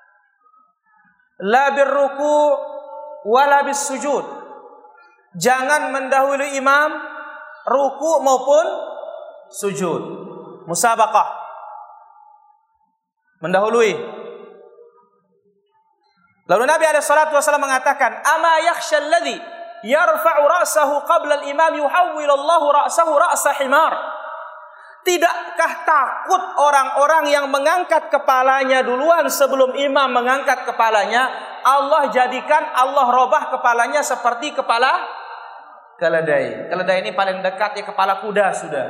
la birruku' wala bisujud." Jangan mendahului imam ruku maupun sujud. Musabaqah, mendahului. Lalu Nabi alaihi salatu wasallam mengatakan, "Ama yakhsha alladhi yarfa'u ra'sahu qabla al-imam yuhawwilu Allahu ra'sahu ra'sa himar." Tidakkah takut orang-orang yang mengangkat kepalanya duluan sebelum imam mengangkat kepalanya, Allah jadikan, Allah robah kepalanya seperti kepala keledai. Keledai ini paling dekat ya kepala kuda sudah.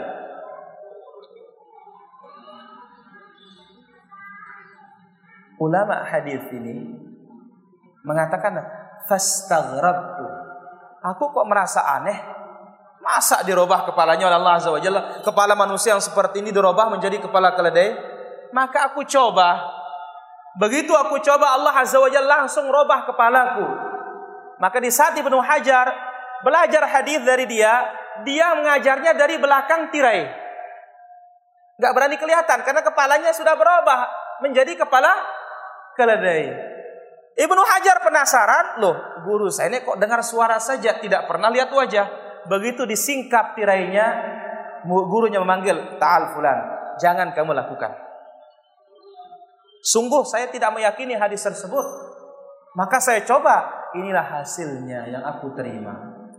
Ulama hadis ini mengatakan, fastaghrabtu, aku kok merasa aneh. Masa dirubah kepalanya oleh Allah Azza wa Jalla? Kepala manusia yang seperti ini dirubah menjadi kepala keledai? Maka aku coba. Begitu aku coba, Allah Azza wa Jalla langsung robah kepalaku. Maka di saat Ibnu Hajar belajar hadis dari dia, dia mengajarnya dari belakang tirai. Gak berani kelihatan karena kepalanya sudah berubah menjadi kepala keledai. Ibnu Hajar penasaran, loh guru saya ini kok dengar suara saja, tidak pernah lihat wajah. Begitu disingkap tirainya, gurunya memanggil, "Ta'al fulan, jangan kamu lakukan. Sungguh saya tidak meyakini hadis tersebut." Maka saya coba, inilah hasilnya yang aku terima.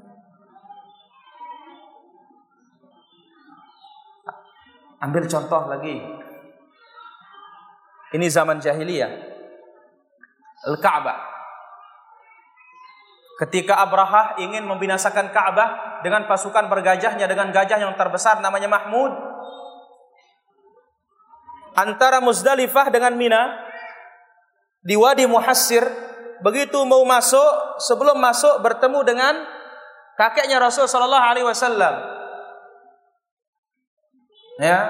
Ambil contoh lagi. Ini zaman jahiliyah. Al-Ka'bah. Ketika Abrahah ingin membinasakan Ka'bah dengan pasukan bergajahnya, dengan gajah yang terbesar namanya Mahmud, antara Muzdalifah dengan Mina di Wadi Muhassir, begitu mau masuk, sebelum masuk bertemu dengan kakeknya Rasul sallallahu alaihi wasallam. Ya.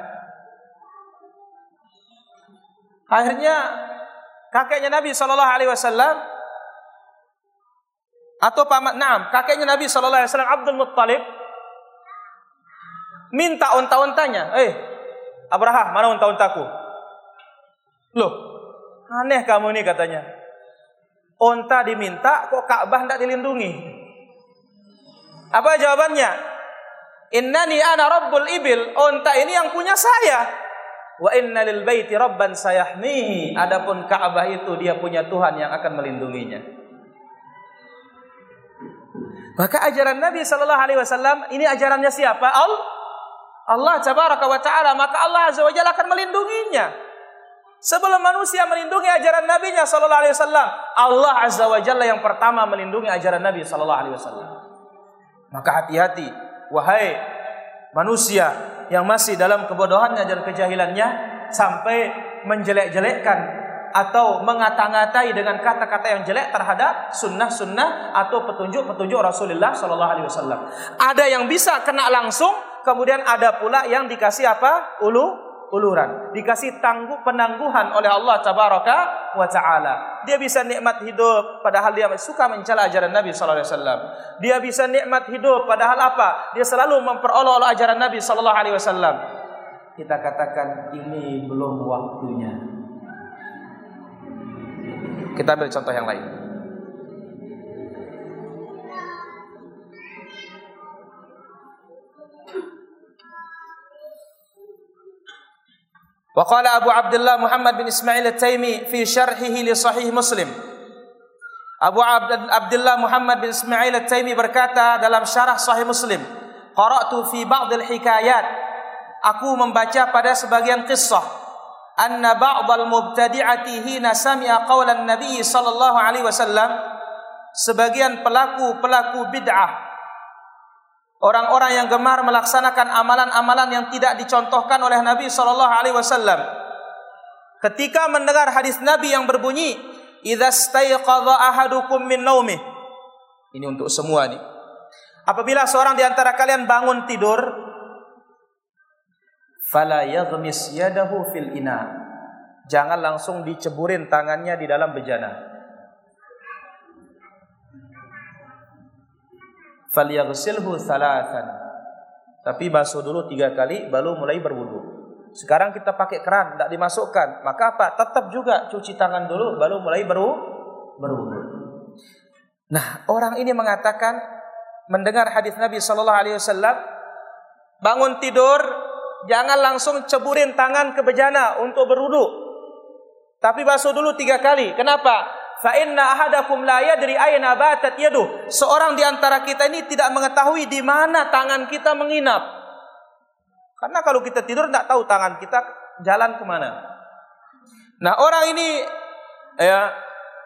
Akhirnya kakeknya Nabi sallallahu alaihi wasallam atau paman, naam, kakeknya Nabi sallallahu alaihi wasallam Abdul Muttalib minta unta-untanya, "Eh, Abrahah, mana unta-untaku?" Loh, aneh kamu ini katanya. Unta diminta kok Ka'bah tidak dilindungi. Apa jawabannya? Innani ana rabbul ibil. Unta ini yang punya saya. Wa inna lil baiti rabban sayahmihi. Adapun Ka'bah itu dia punya Tuhan yang akan melindunginya. Maka ajaran Nabi sallallahu alaihi wasallam ini ajarannya siapa? Allah. Allah tabaraka wa taala, maka Allah azza wa jalla akan melindunginya. Sebelum manusia melindungi ajaran Nabi-Nya sallallahu alaihi wasallam, Allah azza wa jalla yang pertama melindungi ajaran Nabi sallallahu alaihi wasallam. Maka hati-hati wahai manusia yang masih dalam kebodohannya dan kejahilannya sampai menjelek-jelekkan atau mengata-ngatai dengan kata-kata yang jelek terhadap sunnah-sunnah atau petunjuk-petunjuk Rasulullah sallallahu alaihi wasallam. Ada yang bisa kena langsung, kemudian ada pula yang dikasih apa? Ulu uluran, dikasih tangguh penangguhan oleh Allah tabaraka wa taala. Dia bisa nikmat hidup padahal dia suka mencela ajaran Nabi sallallahu alaihi wasallam. Dia bisa nikmat hidup padahal apa? Dia selalu memperolok-olok ajaran Nabi sallallahu alaihi wasallam. Kita katakan ini belum waktunya. Kita ambil contoh yang lain. Wa qala Abu Abdullah Muhammad bin Ismail At-Taimi fi syarhihi li Sahih Muslim. Abu Abdullah Muhammad bin Ismail At-Taimi berkata dalam syarah Sahih Muslim, qara'tu fi ba'd al-hikayat, aku membaca pada sebagian kisah, anna ba'd al-mubtadi'ati hina sami'a qawlan Nabi sallallahu alaihi wasallam, sebagian pelaku-pelaku bid'ah, orang-orang yang gemar melaksanakan amalan-amalan yang tidak dicontohkan oleh Nabi sallallahu alaihi wasallam, ketika mendengar hadis Nabi yang berbunyi, "Idza staiqadha ahadukum min naumih." Ini untuk semua nih. Apabila seorang di antara kalian bangun tidur, fala yaghmis yadahu fil ina. Jangan langsung diceburin tangannya di dalam bejana. Falyaghsilhu thalathan. Tapi basuh dulu tiga kali baru mulai berwudu. Sekarang kita pakai keran, tidak dimasukkan. Maka apa? Tetap juga cuci tangan dulu baru mulai berwudu. Nah, orang ini mengatakan mendengar hadis Nabi sallallahu alaihi wasallam, bangun tidur jangan langsung ceburin tangan ke bejana untuk berwudu. Tapi basuh dulu tiga kali. Kenapa? Fa inna ahadakum la yadri aina batat yaduh. Seorang di antara kita ini tidak mengetahui di mana tangan kita menginap. Karena kalau kita tidur tidak tahu tangan kita jalan kemana. Nah, orang ini ya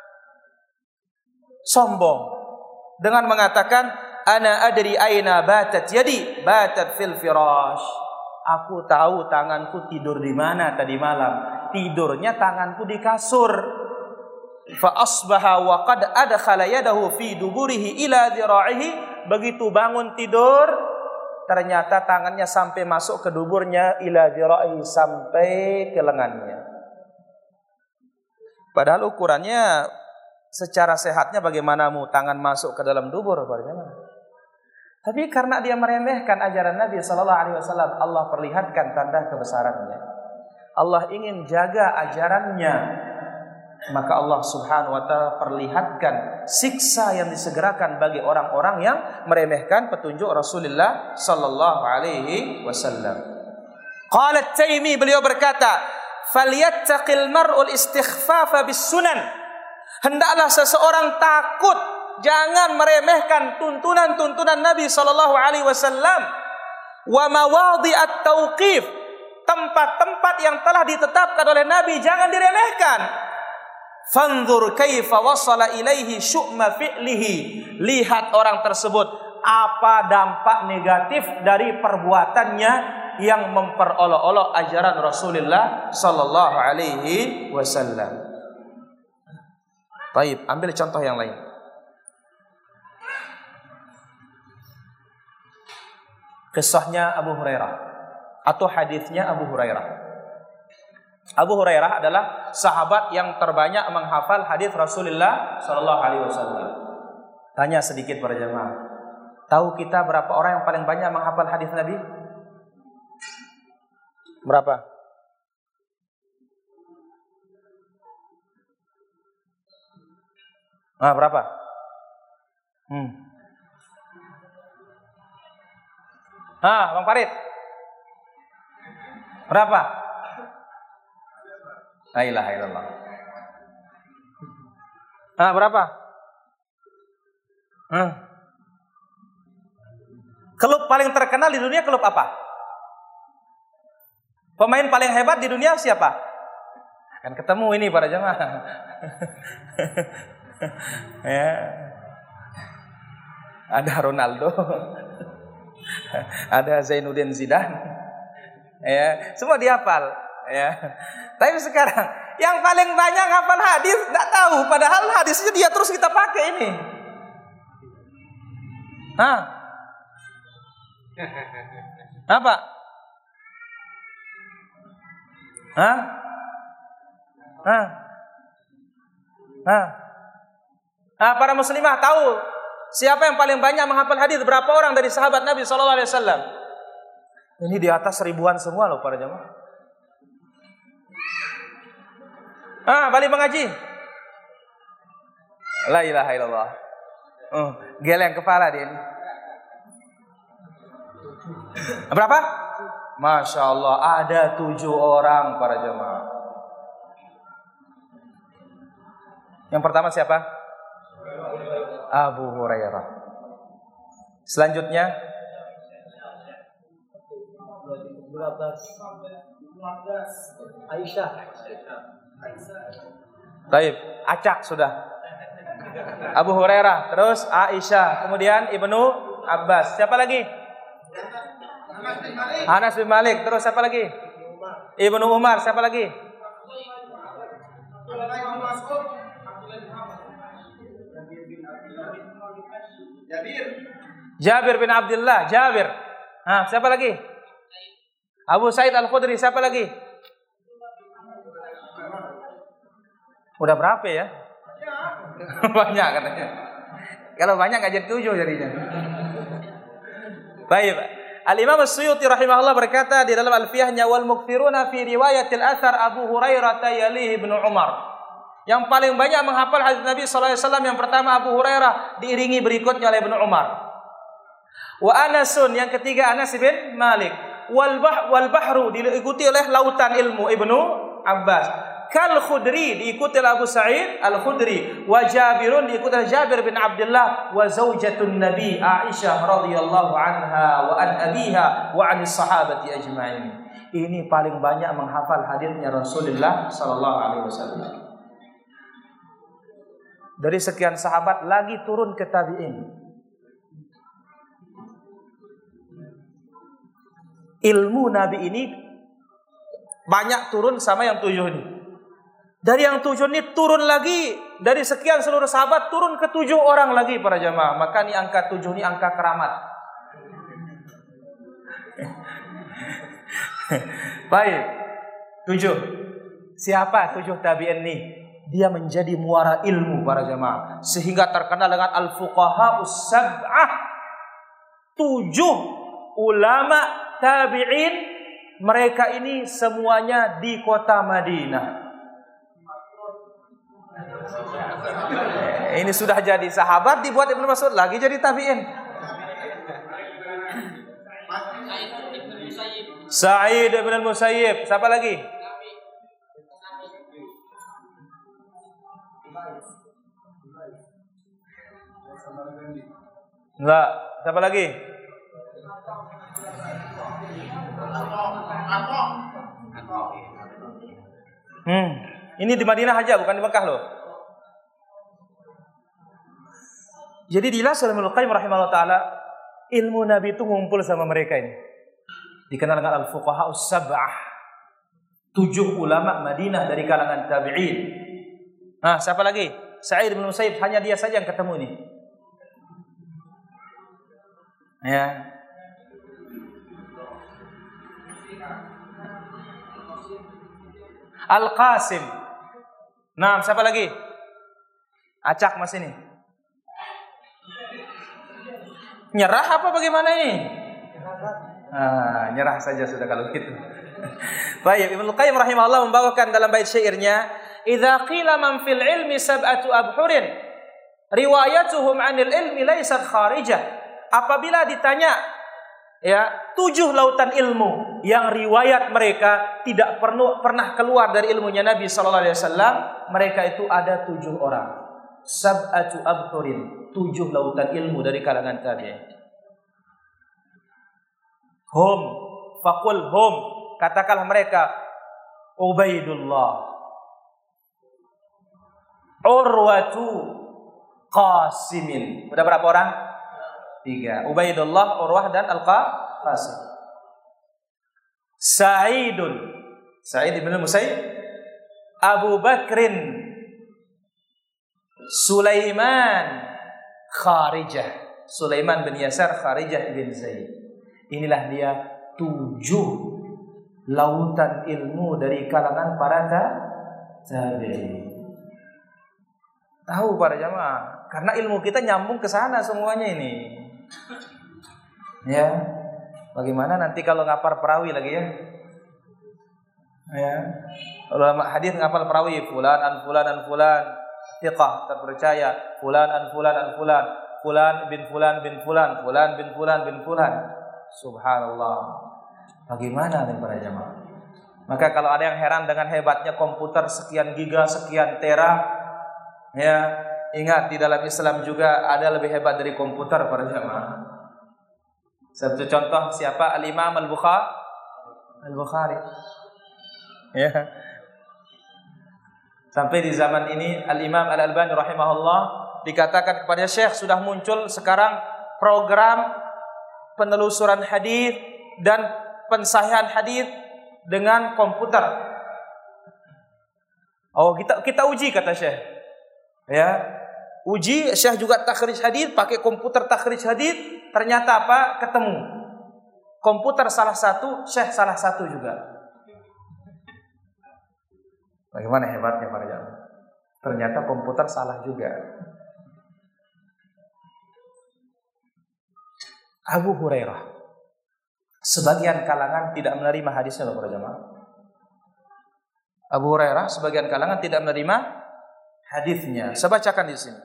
sombong dengan mengatakan ana adri aina batat yadi, batat fil firash. Aku tahu tanganku tidur di mana tadi malam. Tidurnya tanganku di kasur. Fa asbaha wa qad adkhala yadahu fi duburihi ila dhira'ihi. Begitu bangun tidur, ternyata tangannya sampai masuk ke duburnya, ila dhira'ihi, sampai ke lengannya. Padahal ukurannya secara sehatnya bagaimana mu tangan masuk ke dalam dubur, bagaimana? Tapi karena dia meremehkan ajaran Nabi sallallahu alaihi wasallam, Allah perlihatkan tanda kebesarannya. Allah ingin jaga ajarannya, maka Allah subhanahu wa ta'ala perlihatkan siksa yang disegerakan bagi orang-orang yang meremehkan petunjuk Rasulullah sallallahu alaihi wasallam. Qala At-Taimi, beliau berkata, "Falyattaqil mar'ul istighfafa bis sunan." Hendaklah seseorang takut, jangan meremehkan tuntunan-tuntunan Nabi sallallahu alaihi wasallam. Wa mawadhi'at tauqif, tempat-tempat yang telah ditetapkan oleh Nabi jangan diremehkan. Fanzur kaifa wasala ilaihi syu'ma fi'lihi, lihat orang tersebut apa dampak negatif dari perbuatannya yang memperolok-olok ajaran Rasulullah sallallahu alaihi wasallam. Baik, ambil contoh yang lain. Kisahnya Abu Hurairah atau hadisnya Abu Hurairah. Abu Hurairah adalah sahabat yang terbanyak menghafal hadis Rasulullah sallallahu alaihi wasallam. Tanya sedikit para jemaah. Tahu kita berapa orang yang paling banyak menghafal hadis Nabi? Berapa? Ah, berapa? Hmm. Ah, Bang Farid. Berapa? La ilaha illallah. Ah, berapa? Hmm. Klub paling terkenal di dunia klub apa? Pemain paling hebat di dunia siapa? Akan ketemu ini para jemaah. Ya. Ada Ronaldo. Ada Zainuddin Zidane. Ya, semua dihafal, ya. Tapi sekarang yang paling banyak hafal hadis enggak tahu, padahal hadisnya dia terus kita pakai ini. Hah? Apa? Hah? Hah? Hah? Nah, para muslimah tahu siapa yang paling banyak menghafal hadis? Berapa orang dari sahabat Nabi sallallahu alaihi wasallam? Ini di atas ribuan semua loh para jemaah. Ah, balik mengaji. La ilaha illallah. Oh, geleng kepala dia ini. Berapa? Masya Allah, ada tujuh orang para jemaah. Yang pertama siapa? Abu Hurairah. Selanjutnya Aisyah. Baik, acak sudah. Abu Hurairah, terus Aisyah, kemudian Ibnu Abbas. Siapa lagi? Anas bin Malik. Terus siapa lagi? Ibnu Umar. Siapa lagi? Jabir bin Abdullah. Jabir. Nah, siapa lagi? Abu Sa'id Al-Khudri. Siapa lagi? Udah berapa ya? Banyak katanya. Kalau banyak nggak jadi tujuh jadinya. Baik. Al-Imam As-Suyuti rahimahullah berkata di dalam Alfiyahnya, wal mukthiruna fi riwayatil athar Abu Hurairah yalihi Ibnu Umar. Yang paling banyak menghafal hadis Nabi sallallahu alaihi wasallam yang pertama Abu Hurairah, diiringi berikutnya oleh Ibnu Umar. Wa Anasun, yang ketiga Anas bin Malik. Wal bah wal bahru, diikuti oleh lautan ilmu Ibnu Abbas. Kal Khudri, diikuti oleh Abu Sa'id Al-Khudri. Wa Jabirun, diikuti oleh Jabir bin Abdullah. Wa zaujatun Nabi Aisyah radhiyallahu anha wa an abiha wa anis sahabati ajma'in. Ini paling banyak menghafal hadisnya Rasulullah sallallahu alaihi wasallam. Dari sekian sahabat lagi turun ke tabi'in. Ilmu Nabi ini banyak turun sama yang tujuh ini. Dari yang tujuh ini turun lagi, dari sekian seluruh sahabat turun ke tujuh orang lagi para jamaah. Maka ini angka tujuh ini angka keramat. Baik, tujuh. Siapa tujuh tabi'in ini? Dia menjadi muara ilmu para jamaah, sehingga terkenal dengan al-fuqaha'us sab'ah. Tujuh ulama tabi'in, mereka ini semuanya di kota Madinah. Ini sudah jadi sahabat, dibuat Ibnu Mas'ud lagi jadi tabi'in. Sa'id bin al-Musayyib. Siapa lagi? Enggak. Siapa lagi? Hmm. Ini di Madinah aja, bukan di Mekah loh. Jadi dijelaskan oleh Ibnu Qayyim rahimahullah taala, ilmu Nabi itu ngumpul sama mereka ini. Dikenal dengan al-fuqaha us-sab'ah. Tujuh ulama Madinah dari kalangan tabi'in. Nah, siapa lagi? Sa'id bin Musayyib, hanya dia saja yang ketemu ini. Ya. Al-Qasim. Nah, siapa lagi? Acak mas ini. Nyerah apa bagaimana ini? Ah, nyerah saja sudah kalau gitu. Baik, Ibnu Qayyim rahimahullah membawakan dalam bait syairnya, "Idza qila man fil ilmi sab'atu abhurin, riwayatuhum 'anil ilmi laysat kharijah." Apabila ditanya, ya, tujuh lautan ilmu yang riwayat mereka tidak perlu pernah keluar dari ilmunya Nabi sallallahu alaihi wasallam, mereka itu ada tujuh orang. Sab'atu abhurin, tujuh lautan ilmu dari kalangan tabi'in. Hum, faqul hum, katakanlah mereka Ubaidullah, Urwatu, Qasimin. Udah berapa orang? Tiga. Ubaidullah, Urwah dan Al-Qasim. Sa'idun, Sa'id bin Musayyib, Abu Bakrin, Sulaiman, Kharijah, Sulaiman bin Yasar, Kharijah bin Zaid. Inilah dia tujuh lautan ilmu dari kalangan para tabi'in. Tahu para jamaah, karena ilmu kita nyambung ke sana semuanya ini. Ya, bagaimana nanti kalau ngapal perawi lagi ya? Ya, ulama hadis ngapal perawi, fulan an fulan an fulan, thiqah terpercaya, fulan an fulan an fulan, fulan bin fulan bin fulan, fulan bin fulan bin fulan. Subhanallah. Bagaimana nih para jamaah? Maka kalau ada yang heran dengan hebatnya komputer sekian giga, sekian tera, ya, ingat di dalam Islam juga ada lebih hebat dari komputer para jamaah. Satu contoh siapa? Al-Imam Al-Bukhari. Al-Bukhari. Ya. Sampai di zaman ini Al-Imam Al-Albani rahimahullah dikatakan kepada Syekh, sudah muncul sekarang program penelusuran hadis dan pensahihan hadis dengan komputer. Oh, kita kita uji kata Syekh. Ya. Uji, Syekh juga takhrij hadis pakai komputer takhrij hadis, ternyata apa? Ketemu. Komputer salah satu, Syekh salah satu juga. Bagaimana hebatnya para jamaah? Ternyata komputer salah juga. Abu Hurairah, sebagian kalangan tidak menerima hadisnya para jamaah. Abu Hurairah sebagian kalangan tidak menerima hadisnya. Saya bacakan di sini.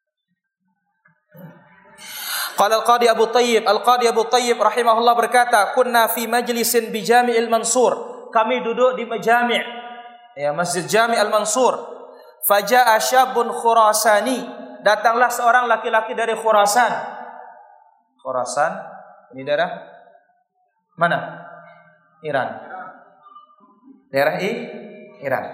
Qala al-Qadi Abu Thayyib, al-Qadi Abu Thayyib rahimahullah berkata, "Kunna fi majlisin bi Jami'il Mansur." Kami duduk di Jami', ya, Masjid Jami' Al-Mansur. Faja'a syabun Khurasani, datanglah seorang laki-laki dari Khurasan. Khurasan, ini daerah mana? Iran. Daerah I, Iran.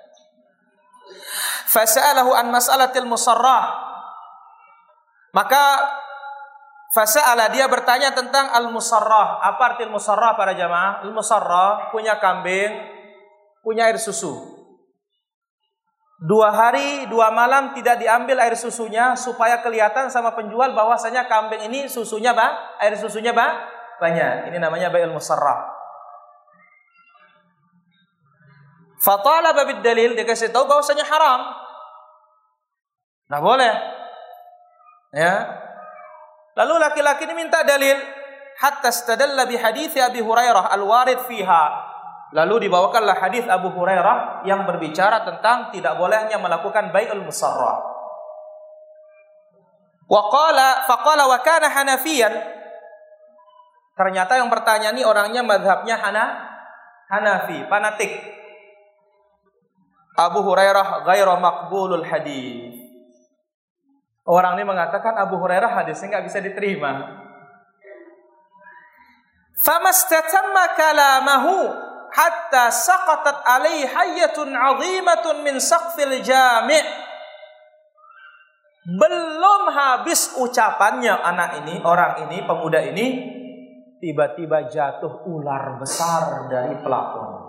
Fasa'alahu an mas'alatil musarrah. Maka fasa'ala, dia bertanya tentang al-musarrah. Apa arti al-musarrah para jamaah? Al-musarrah punya kambing, punya air susu. Dua hari, dua malam tidak diambil air susunya supaya kelihatan sama penjual bahwasanya kambing ini susunya bah, air susunya bah, banyak. Ini namanya bai'ul musarrah. Fatalaba bid dalil, dia kasih tahu bahwasanya haram. Nah boleh. Ya. Lalu laki-laki ini minta dalil, hatta istadalla bi hadits Abi Hurairah al-warid fiha. Lalu dibawakanlah hadis Abu Hurairah yang berbicara tentang tidak bolehnya melakukan bai'ul musarrah. Wa qala faqala wa kana Hanafiyan. Ternyata yang bertanya ini orangnya mazhabnya Hana Hanafi, fanatik. Abu Hurairah ghairu maqbulul hadis. Orang ini mengatakan Abu Hurairah hadisnya nggak bisa diterima. Famastatamma kalamahu hatta saqatat alaihi hayyatun 'azimatun min saqfil jami'. Belum habis ucapannya anak ini, orang ini, pemuda ini, tiba-tiba jatuh ular besar dari plafon.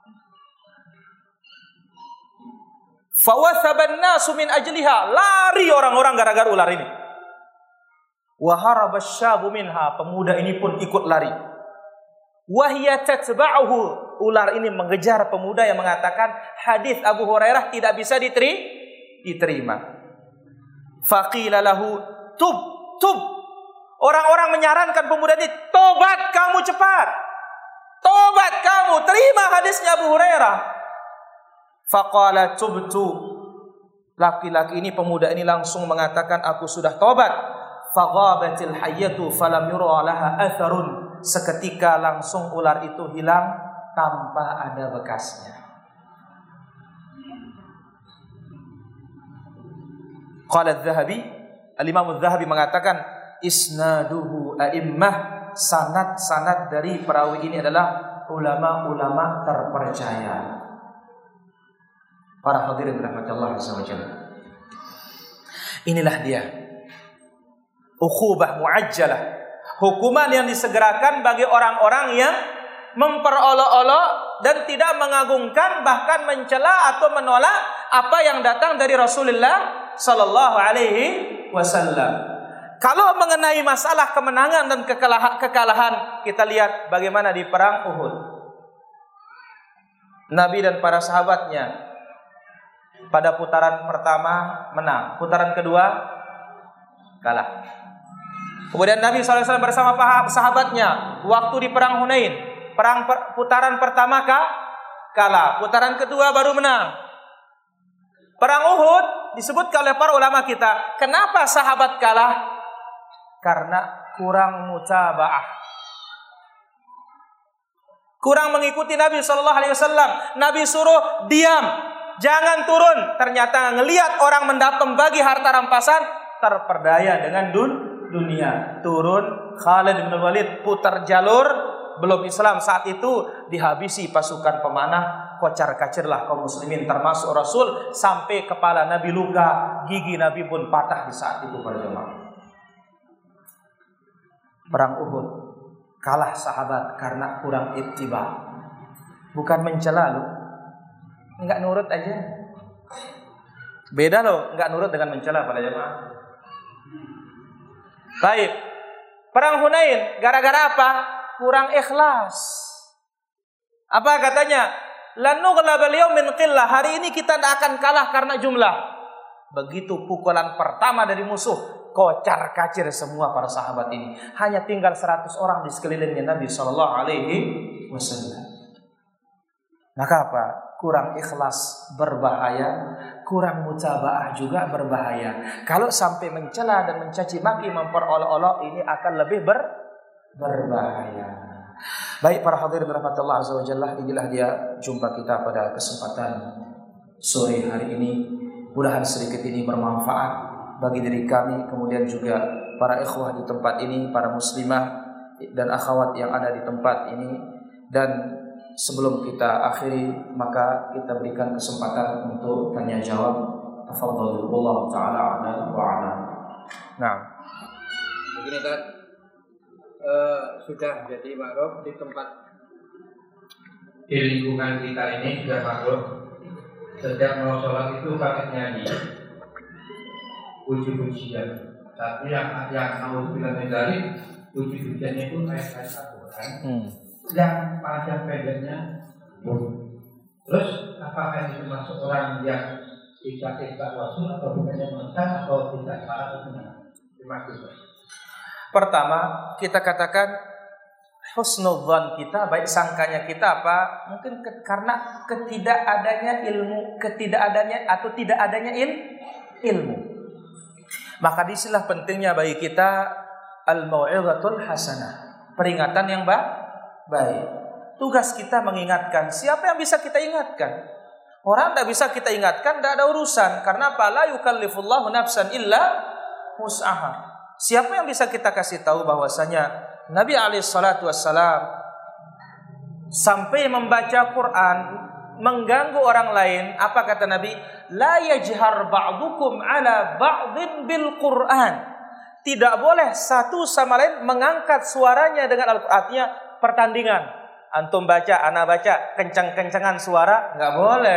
Fawathaban nasu min ajliha, lari orang-orang gara-gara ular ini. Wa harabasy syabu minha, pemuda ini pun ikut lari. Wa hiya tatba'uhu, ular ini mengejar pemuda yang mengatakan hadis Abu Hurairah tidak bisa diteri, diterima. Faqila lahu tub tub. Orang-orang menyarankan pemuda ini, tobat kamu cepat. Tobat kamu, terima hadisnya Abu Hurairah. Faqala tubtu. Laki-laki ini, pemuda ini langsung mengatakan aku sudah tobat. Faghabatil hayyatu falam yura laha atharun. Seketika langsung ular itu hilang tanpa ada bekasnya. Qala adz-Dzahabi, Al-Imam adz-Dzahabi mengatakan isnaduhu a'immah, sanad-sanad dari perawi ini adalah ulama-ulama terpercaya. Para hadirin rahmatullah azza wajalla. Inilah dia uqubah muajjalah, hukuman yang disegerakan bagi orang-orang yang memperolok-olok dan tidak mengagungkan, bahkan mencela atau menolak apa yang datang dari Rasulullah sallallahu alaihi wasallam. Kalau mengenai masalah kemenangan dan kekalahan, kekalahan, kita lihat bagaimana di perang Uhud. Nabi dan para sahabatnya pada putaran pertama menang, putaran kedua kalah. Kemudian Nabi shallallahu alaihi wasallam bersama sahabatnya waktu di perang Hunain, perang per, putaran pertama kah? kalah, putaran kedua baru menang. Perang Uhud disebutkan oleh para ulama kita, kenapa sahabat kalah? Karena kurang mutaba'ah, kurang mengikuti Nabi shallallahu alaihi wasallam. Nabi suruh diam, jangan turun. Ternyata ngelihat orang mendapat membagi harta rampasan, terperdaya dengan dun, dunia. Turun, Khalid bin Walid putar jalur, belum Islam saat itu, dihabisi pasukan pemanah, kocar-kacirlah kaum muslimin termasuk Rasul, sampai kepala Nabi luka, gigi Nabi pun patah di saat itu para jemaah. Perang Uhud kalah sahabat karena kurang ittiba, bukan mencela loh. Enggak nurut aja. Beda loh, enggak nurut dengan mencela pada jemaah. Baik. Perang Hunain gara-gara apa? Kurang ikhlas. Apa katanya? Lan nughlabal yawm min qillah. Hari ini kita tidak akan kalah karena jumlah. Begitu pukulan pertama dari musuh, kocar-kacir semua para sahabat ini. Hanya tinggal seratus orang di sekelilingnya Nabi sallallahu alaihi wasallam. Maka apa? Kurang ikhlas berbahaya, kurang mutaba'ah juga berbahaya. Kalau sampai mencela dan mencaci maki, memperolok-olok, ini akan lebih ber, berbahaya. Baik para hadirin rahmatullah azza wajalla, inilah dia jumpa kita pada kesempatan sore hari ini. Mudah-mudahan sedikit ini bermanfaat bagi diri kami, kemudian juga para ikhwah di tempat ini, para muslimah dan akhwat yang ada di tempat ini. Dan sebelum kita akhiri, maka kita berikan kesempatan untuk tanya jawab. Tafadhalu Allah taala ala wa ala. Nah, begini kan, uh, sudah jadi makruf di tempat di lingkungan kita ini sudah makruf. Sejak mau sholat itu pakai nyanyi, puji-pujian. Tapi yang yang mau bilang dari puji-pujian itu ayat-ayat Al-Quran. Hmm. Yang panjang pendeknya, terus apakah itu masuk orang yang tidak tidak Rasul atau bukannya menentang atau tidak salah atau benar? Terima kasih. Pertama, kita katakan husnudzan kita, baik sangkanya kita apa? Mungkin ke, karena ketidakadanya ilmu, ketidakadanya atau tidak adanya il, ilmu. Maka disinilah pentingnya bagi kita al-mau'izatul hasanah, peringatan yang baik. Baik, tugas kita mengingatkan. Siapa yang bisa kita ingatkan? Orang tidak bisa kita ingatkan, tidak ada urusan. Karena apa? La yukallifullahu nafsan illa mus'ahah. Siapa yang bisa kita kasih tahu bahwasanya Nabi alaihi salatu wassalam sampai membaca Quran mengganggu orang lain? Apa kata Nabi? La yajhar ba'dukum ala ba'din bil Quran. Tidak boleh satu sama lain mengangkat suaranya dengan Al-Quran. Artinya pertandingan. Antum baca, ana baca, kencang-kencangan suara, nggak boleh.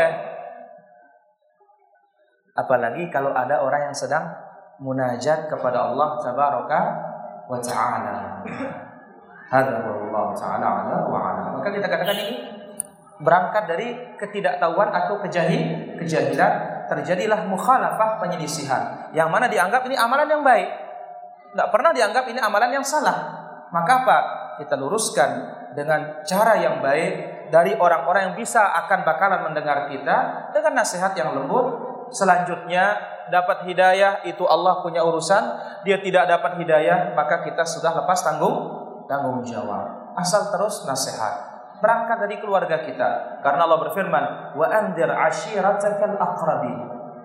Apalagi kalau ada orang yang sedang munajat kepada Allah tabaraka wa ta'ala. Hadza wallahu ta'ala ala wa ala. Maka kita katakan ini berangkat dari ketidaktahuan atau kejahil, kejahilan, terjadilah mukhalafah, penyelisihan. Yang mana dianggap ini amalan yang baik. Enggak pernah dianggap ini amalan yang salah. Maka apa? Kita luruskan dengan cara yang baik dari orang-orang yang bisa akan bakalan mendengar kita dengan nasihat yang lembut. Selanjutnya dapat hidayah itu Allah punya urusan. Dia tidak dapat hidayah maka kita sudah lepas tanggung tanggung jawab. Asal terus nasihat. Berangkat dari keluarga kita. Karena Allah berfirman, wa anzir ashiratakal aqrabin.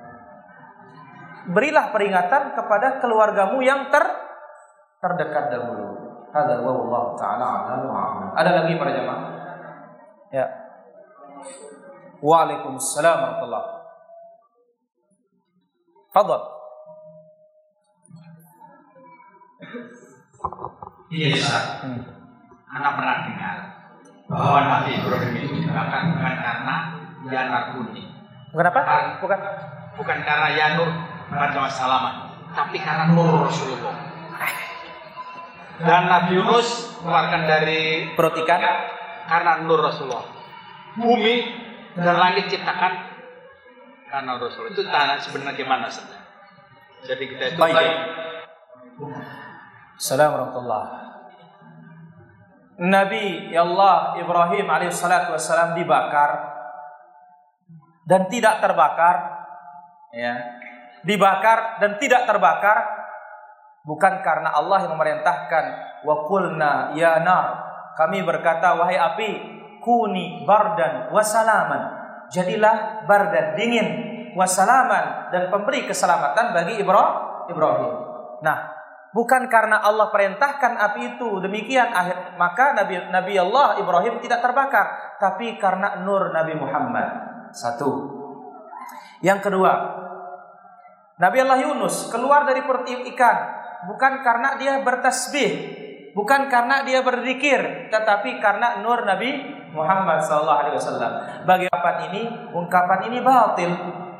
Berilah peringatan kepada keluargamu yang ter terdekat dahulu. Hadza wallahu ta'ala a'lam wa a'lam. Ada lagi para jemaah? Ya. Waalaikumsalam warahmatullahi. Fadhal. Iya, Ustaz. Hmm. Anak pernah dengar bahwa Nabi Ibrahim itu dibakar bukan karena Yanur kuning. Bukan apa? Bukan. Bukan karena Yanur Raja Salaman, tapi karena Nur Rasulullah. Dan Nabi Yunus keluarkan dari perut ikan karena Nur Rasulullah. Bumi dan langit ciptakan karena Rasul. Itu tanah sebenarnya gimana saja. Jadi kita itu baik. Assalamualaikum warahmatullahi. Nabi Allah Ibrahim alaihissalatu wassalam dibakar dan tidak terbakar, ya. Dibakar dan tidak terbakar bukan karena Allah yang memerintahkan. Wa qulna ya nar, kami berkata wahai api, kuni bardan wasalaman, jadilah bardan dingin, wasalaman dan pemberi keselamatan bagi Ibrahim. Nah, bukan karena Allah perintahkan api itu demikian akhir maka Nabi Nabi Allah Ibrahim tidak terbakar, tapi karena nur Nabi Muhammad. Satu. Yang kedua, Nabi Allah Yunus keluar dari perut ikan bukan karena dia bertasbih, bukan karena dia berzikir, tetapi karena nur Nabi Muhammad sallallahu alaihi wasallam. Bagi ungkapan ini, ungkapan ini batil.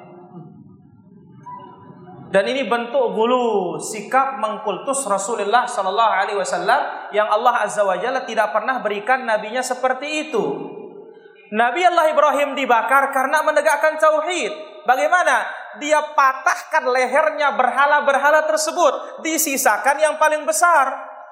Dan ini bentuk gulu, sikap mengkultus Rasulullah sallallahu alaihi wasallam yang Allah Azza wa Jalla tidak pernah berikan nabinya seperti itu. Nabi Allah Ibrahim dibakar karena menegakkan tauhid. Bagaimana? Dia patahkan lehernya berhala-berhala tersebut, disisakan yang paling besar.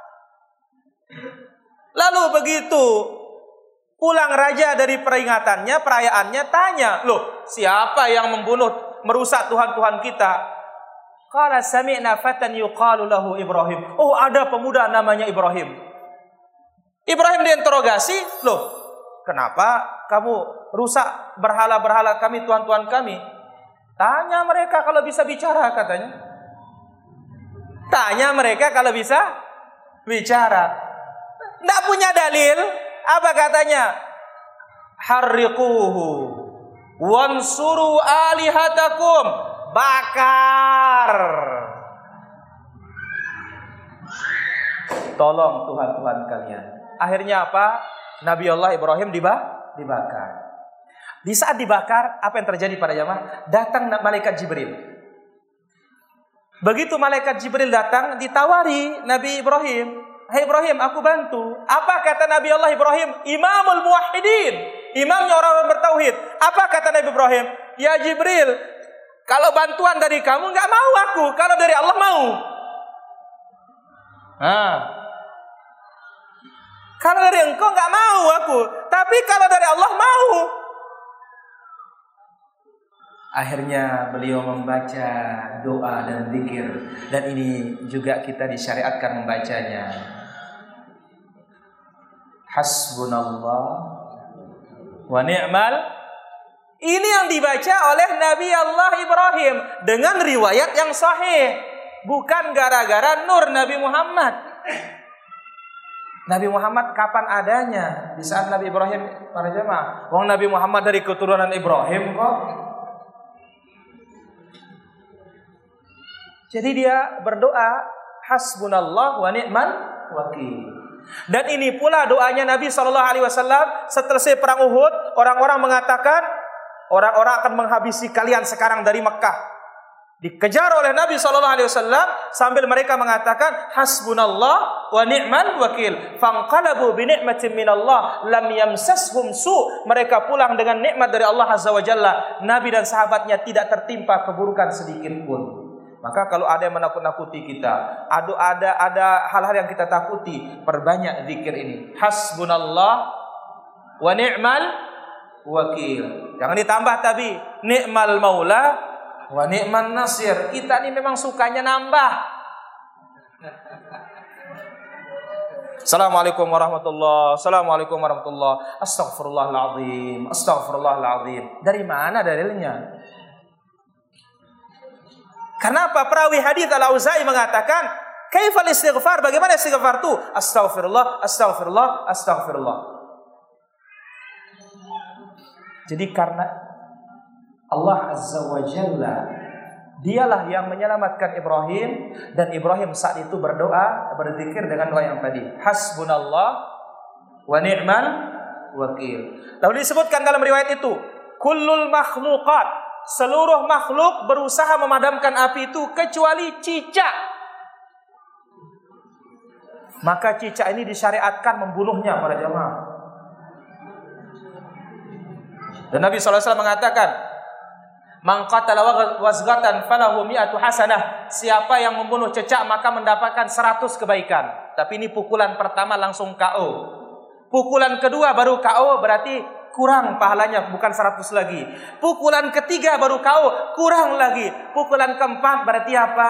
Lalu begitu pulang raja dari peringatannya, perayaannya, tanya, loh siapa yang membunuh, merusak Tuhan-Tuhan kita? Qala sami'na fatan yuqalu lahu Ibrahim. Oh, ada pemuda namanya Ibrahim. Ibrahim diinterogasi, loh kenapa kamu rusak berhala-berhala kami, Tuhan-Tuhan kami? Tanya mereka kalau bisa bicara, katanya. Tanya mereka kalau bisa bicara. Tidak punya dalil. Apa katanya? Harriquhu wansuru alihatakum. Bakar. Tolong Tuhan-Tuhan kalian. Akhirnya apa? Nabi Allah Ibrahim dibakar. Di saat dibakar, apa yang terjadi pada jamaah? Datang malaikat Jibril. Begitu malaikat Jibril datang, ditawari Nabi Ibrahim, "Hai Ibrahim, aku bantu." Apa kata Nabi Allah Ibrahim? Imamul muwahhidin, imamnya orang-orang bertauhid. Apa kata Nabi Ibrahim? "Ya Jibril, kalau bantuan dari kamu nggak mau aku, kalau dari Allah mau." Nah, kalau dari engkau nggak mau aku, tapi kalau dari Allah mau. Akhirnya beliau membaca doa dan zikir, dan ini juga kita disyariatkan membacanya. Hasbunallah wa ni'mal. Ini yang dibaca oleh Nabi Allah Ibrahim dengan riwayat yang sahih. bukan gara-gara nur Nabi Muhammad. Nabi Muhammad kapan adanya? Di saat Nabi Ibrahim, para jemaah. Wong Nabi Muhammad dari keturunan Ibrahim kok. Jadi dia berdoa, hasbunallah wa ni'mal wakil. Dan ini pula doanya Nabi shallallahu alaihi wasallam setelah perang Uhud. Orang-orang mengatakan, orang-orang akan menghabisi kalian sekarang dari Mekah. Dikejar oleh Nabi shallallahu alaihi wasallam sambil mereka mengatakan, hasbunallah wa ni'mal wakil. Fanqalabu bi ni'matin minallah lam yamsashum su. Mereka pulang dengan nikmat dari Allah azza wa jalla. Nabi dan sahabatnya tidak tertimpa keburukan sedikit pun. Maka kalau ada yang menakut-nakuti kita, ada ada ada hal-hal yang kita takuti, perbanyak zikir ini. Hasbunallah wa ni'mal wakil. Jangan ditambah tapi ni'mal maula wa ni'man nasir. Kita ini memang sukanya nambah. Assalamualaikum warahmatullahi Assalamualaikum warahmatullahi Astaghfirullahaladzim Astaghfirullahaladzim. Dari mana dalilnya? Kenapa perawi hadis Al-Auza'i mengatakan, kaifal istighfar? Bagaimana istighfar itu? Astaghfirullah, astaghfirullah, astaghfirullah. Jadi karena Allah Azza wa Jalla, dialah yang menyelamatkan Ibrahim, dan Ibrahim saat itu berdoa, berzikir dengan doa yang tadi, hasbunallah wa ni'mal wakil. Lalu disebutkan dalam riwayat itu, kullul makhluqat, seluruh makhluk berusaha memadamkan api itu kecuali cicak. Maka cicak ini disyariatkan membunuhnya, para jemaah. Dan Nabi shallallahu alaihi wasallam mengatakan, man qatala wazghatan falahu mi'atu hasanah. Siapa yang membunuh cicak maka mendapatkan seratus kebaikan. Tapi ini pukulan pertama langsung K O. Pukulan kedua baru K O, berarti kurang pahalanya, bukan seratus lagi. Pukulan ketiga baru K O, kurang lagi. Pukulan keempat berarti apa?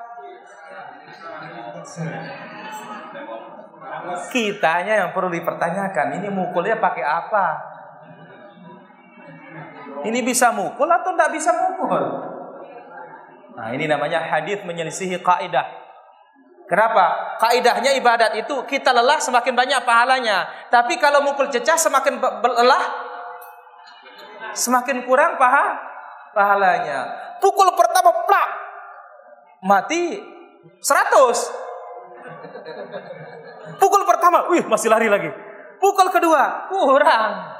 Kitanya yang perlu dipertanyakan, ini mukulnya pakai apa? Ini bisa mukul atau tidak bisa mukul? Nah, ini namanya hadis menyelisihi kaidah. Kenapa? Kaidahnya ibadat itu kita lelah semakin banyak pahalanya. Tapi kalau mukul cecah semakin lelah semakin kurang paha pahalanya. Pukul pertama plak, mati seratus. Pukul pertama, wih masih lari lagi. Pukul kedua kurang.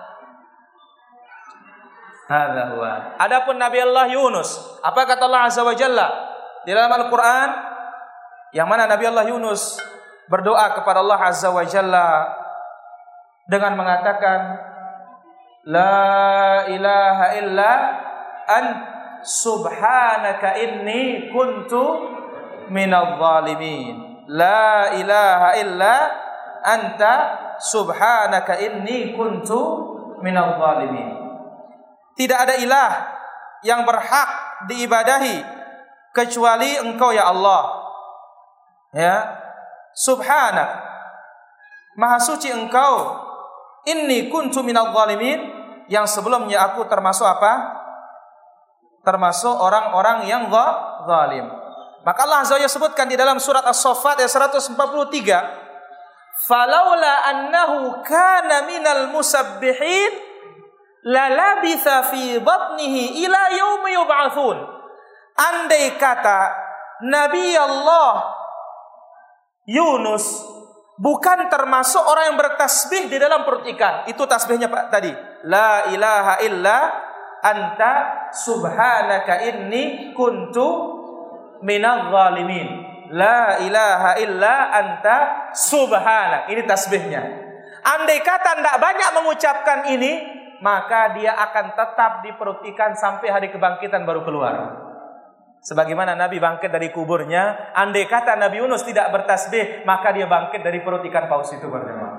Hadza huwa. Adapun Nabi Allah Yunus, apa kata Allah Azza wa Jalla di dalam Al-Qur'an? Yang mana Nabi Allah Yunus berdoa kepada Allah Azza wa Jalla dengan mengatakan, la ilaha illa an subhanaka inni kuntu minadh dhalimin. La ilaha illa anta subhanaka inni kuntu minadh dhalimin. Tidak ada ilah yang berhak diibadahi kecuali Engkau ya Allah. Ya, subhanak, maha suci Engkau. Inni kuntu minadh dhalimin, yang sebelumnya aku termasuk apa? Termasuk orang-orang yang zalim. Maka Allah Azza wa Jalla sebutkan di dalam surat As-Saffat ayat seratus empat puluh tiga, falaula annahu kana minal musabbihin lalabitha fi batnihi ila yaumi yub'atsun. Andai kata Nabi Allah Yunus bukan termasuk orang yang bertasbih di dalam perut ikan. Itu tasbihnya Pak tadi. La ilaha illa anta subhanaka inni kuntu minadh dhalimin. La ilaha illa anta subhanak. Ini tasbihnya. Andai kata tidak banyak mengucapkan ini, maka dia akan tetap di perut ikan sampai hari kebangkitan baru keluar. Sebagaimana Nabi bangkit dari kuburnya, andai kata Nabi Yunus tidak bertasbih, maka dia bangkit dari perut ikan paus itu, berjemaah.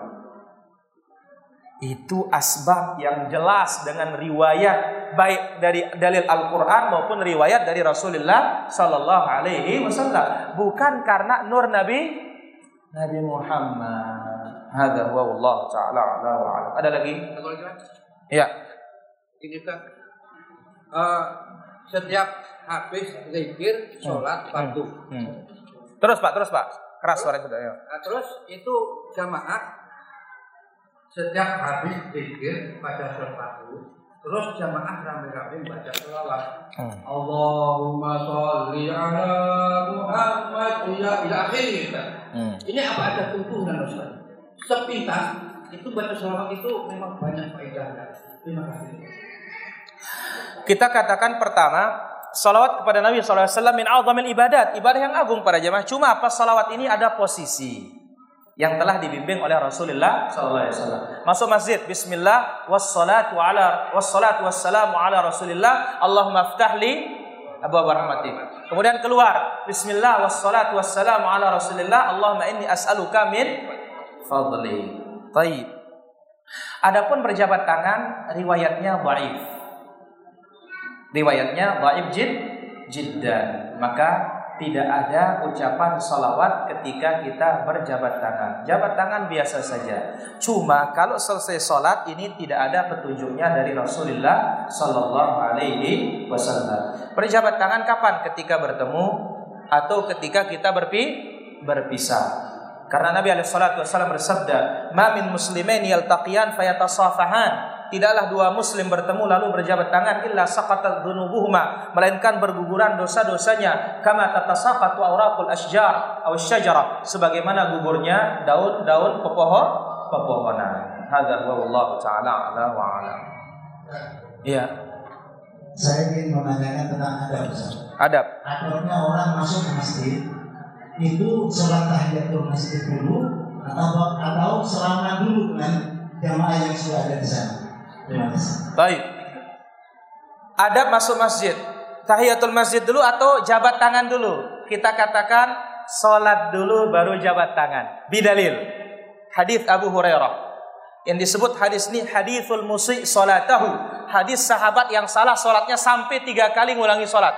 Itu asbab yang jelas dengan riwayat baik dari dalil Al-Quran maupun riwayat dari Rasulullah Sallallahu Alaihi Wasallam. Bukan karena nur Nabi Nabi Muhammad. Hadza huwa Allah Taala ala wa alam. Ada lagi? Ada lagi? Ya. Ini kan uh, setiap habis zikir, sholat, fardu. Hmm. Hmm. Terus Pak, terus Pak. Keras suara sudah ya. Nah, terus itu jamaah setiap habis zikir pada sholat fardu, terus jamaah rame-rame baca sholawat. Hmm. Allahumma sholli ala Muhammad ya ila akhir. Hmm. Ini apa ada tuntunan Ustaz? Sepintas itu baca sholawat itu memang banyak faedahnya. Terima kasih. Kita katakan pertama, salawat kepada Nabi sallallahu alaihi wasallam min a'zamil ibadat, ibadah yang agung para jemaah. Cuma apa, salawat ini ada posisi yang telah dibimbing oleh Rasulullah sallallahu alaihi wasallam. Masuk masjid, bismillah wassalatu ala wassalatu wassalamu ala Rasulillah, Allahumma aftah li abwaab rahmatik. Kemudian keluar, bismillah wassalatu wassalamu ala Rasulillah, Allahumma inni as'aluka min fadli. Baik. Adapun berjabat tangan riwayatnya dhaif. Riwayatnya dhaif jid jiddan. Maka tidak ada ucapan salawat ketika kita berjabat tangan. Jabat tangan biasa saja. Cuma kalau selesai salat ini tidak ada petunjuknya dari Rasulullah sallallahu alaihi wasallam. Berjabat tangan kapan? Ketika bertemu atau ketika kita berpi berpisah. Karena Nabi alaihi salatu wasallam bersabda, "Ma min muslimaini yaltaqiyan fayatasafahan." Tidaklah dua muslim bertemu lalu berjabat tangan illa saqatat dhunubuhuma, melainkan berguguran dosa-dosanya, kama tatasaqatu awraqul asjar aw asyajarah, sebagaimana gugurnya daun-daun pepohon pepohonan. Hadza wallahu taala ala wa ala. Iya. Saya ingin menanyakan tentang adab. Adab. Adabnya orang masuk ke masjid itu sholat tahiyatul masjid dulu atau atau selama dulu dengan jamaah yang sudah ada di sana. Baik. Adab masuk masjid, tahiyatul masjid dulu atau jabat tangan dulu? Kita katakan salat dulu baru jabat tangan. Bidalil hadis Abu Hurairah yang disebut hadis ini haditsul musi salatahu, hadis sahabat yang salah salatnya sampai tiga kali ngulangi salat.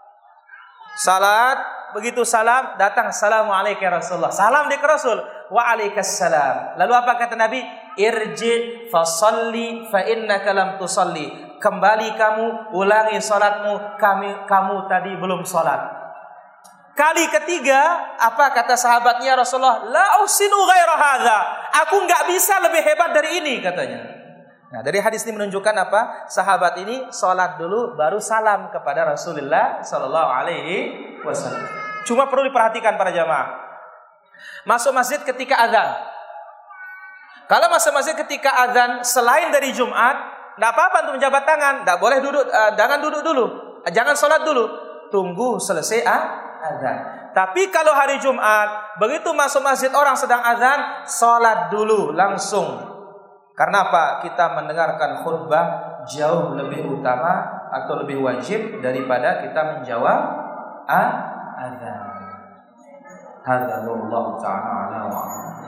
Salat, begitu salam datang assalamualaikum ya Rasulullah, salam dia ke Rasul, waalaikumsalam. Lalu apa kata Nabi? Irji fasalli fa innaka lam tusalli. Kembali kamu, ulangi salatmu, kami kamu tadi belum salat. Kali ketiga, apa kata sahabatnya Rasulullah? La usinu ghaira hadza. Aku enggak bisa lebih hebat dari ini katanya. Nah, dari hadis ini menunjukkan apa? Sahabat ini salat dulu baru salam kepada Rasulullah sallallahu alaihi wasallam. Cuma perlu diperhatikan para jamaah. Masuk masjid ketika azan. Kalau masuk masjid ketika azan selain dari Jumat, enggak apa-apa untuk menjabat tangan, enggak boleh duduk, uh, jangan duduk dulu, jangan sholat dulu, tunggu selesai ah, azan. Tapi kalau hari Jumat, begitu masuk masjid orang sedang azan, sholat dulu langsung. Karena apa? Kita mendengarkan khutbah jauh lebih utama atau lebih wajib daripada kita menjawab ah, azan. Hadza wallahu ta'ala wa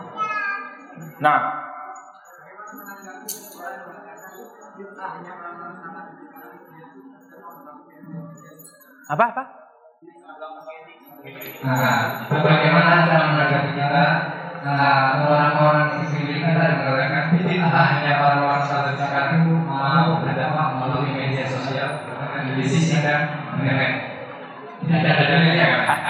Nah, apa apa? Nah, bagaimana cara menjaga kita orang-orang di sekeliling kita yang mengatakan hanya orang-orang satu cakap itu mau berdakwah melalui media sosial di sisi dan internet. Tidak ada dalilnya.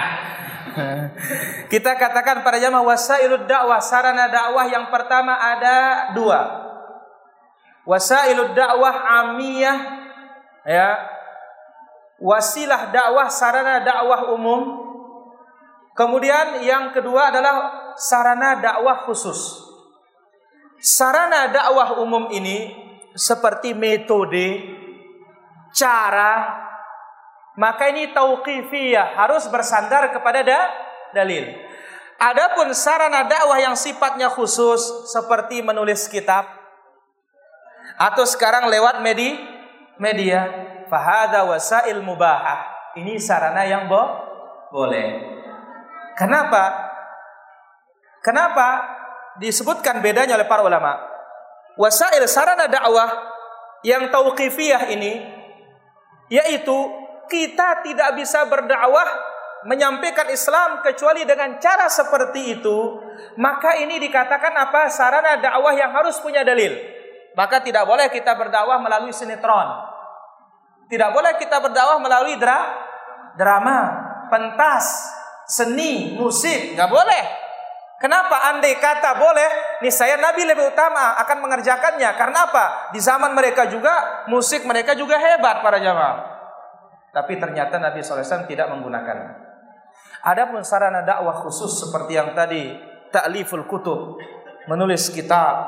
Kita katakan pada jamaah wasailud dakwah, sarana dakwah yang pertama ada dua. Wasailud dakwah amiyah, ya. Wasilah dakwah, sarana dakwah umum. Kemudian yang kedua adalah sarana dakwah khusus. Sarana dakwah umum ini seperti metode, cara, maka ini tauqifiyah, harus bersandar kepada da, dalil. Adapun sarana dakwah yang sifatnya khusus seperti menulis kitab atau sekarang lewat media, media, fahada wasail mubahah. Ini sarana yang bo, boleh. Kenapa? Kenapa disebutkan bedanya oleh para ulama? Wasail sarana dakwah yang tauqifiyah ini yaitu kita tidak bisa berdakwah menyampaikan Islam kecuali dengan cara seperti itu, maka ini dikatakan apa? Sarana dakwah yang harus punya dalil. Maka tidak boleh kita berdakwah melalui sinetron. Tidak boleh kita berdakwah melalui dra drama, pentas, seni, musik, nggak boleh. Kenapa? Andai kata boleh, nih saya Nabi lebih utama akan mengerjakannya. Karena apa? Di zaman mereka juga musik mereka juga hebat para jamaah. Tapi ternyata Nabi shallallahu alaihi wasallam tidak menggunakannya. Adapun sarana dakwah khusus seperti yang tadi, ta'liful kutub, menulis kitab,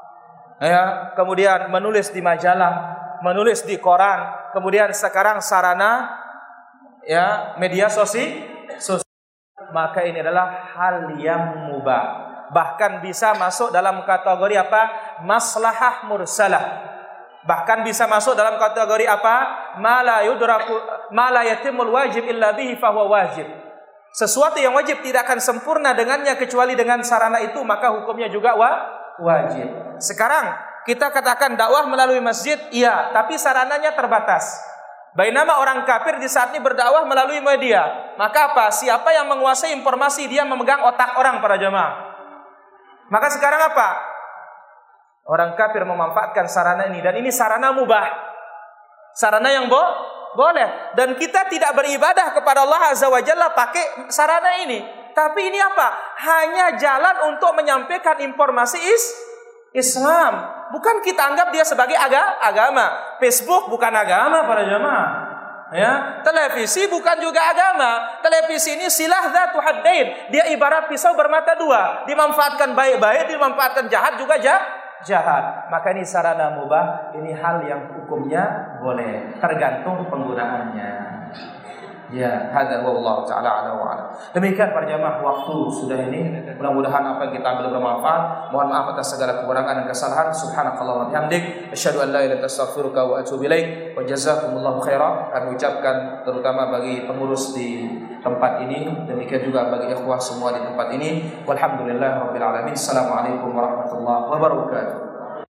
ya, kemudian menulis di majalah, menulis di koran, kemudian sekarang sarana ya media sosial, maka ini adalah hal yang mubah. Bahkan bisa masuk dalam kategori apa? Maslahah mursalah. Bahkan bisa masuk dalam kategori apa? Ma la yudraku, ma la yatimul wajib illa bihi fahuwa wajib. Sesuatu yang wajib tidak akan sempurna dengannya kecuali dengan sarana itu, maka hukumnya juga wa wajib. Sekarang kita katakan dakwah melalui masjid, iya, tapi sarananya terbatas. Bainama orang kafir di saat ini berdakwah melalui media. Maka apa? Siapa yang menguasai informasi, dia memegang otak orang para jemaah. Maka sekarang apa? Orang kafir memanfaatkan sarana ini, dan ini sarana mubah, sarana yang bo boleh. Dan kita tidak beribadah kepada Allah Azza wa Jalla pakai sarana ini. Tapi ini apa? Hanya jalan untuk menyampaikan informasi is Islam. Bukan kita anggap dia sebagai aga agama. Facebook bukan agama para jemaah. Ya, televisi bukan juga agama. Televisi ini silah dzatu haddain. Dia ibarat pisau bermata dua. Dimanfaatkan baik-baik, dimanfaatkan jahat juga jah jahat. Maka ini sarana mubah. Ini hal yang hukumnya boleh, tergantung penggunaannya. Ya, hadza wallahu taala ala wa ala. Demikian para jamaah, waktu sudah ini. Mudah-mudahan apa yang kita ambil bermanfaat. Mohon maaf atas segala kekurangan dan kesalahan. Subhanakallahumma wa bihamdik, asyhadu an la ilaha illa anta astaghfiruka wa atubu ilaik. Wa jazakumullahu khairan. Kami ucapkan terutama bagi pengurus di tempat ini, demikian juga bagi ikhwah semua di tempat ini. Walhamdulillahirabbil alamin. Assalamualaikum warahmatullahi wabarakatuh.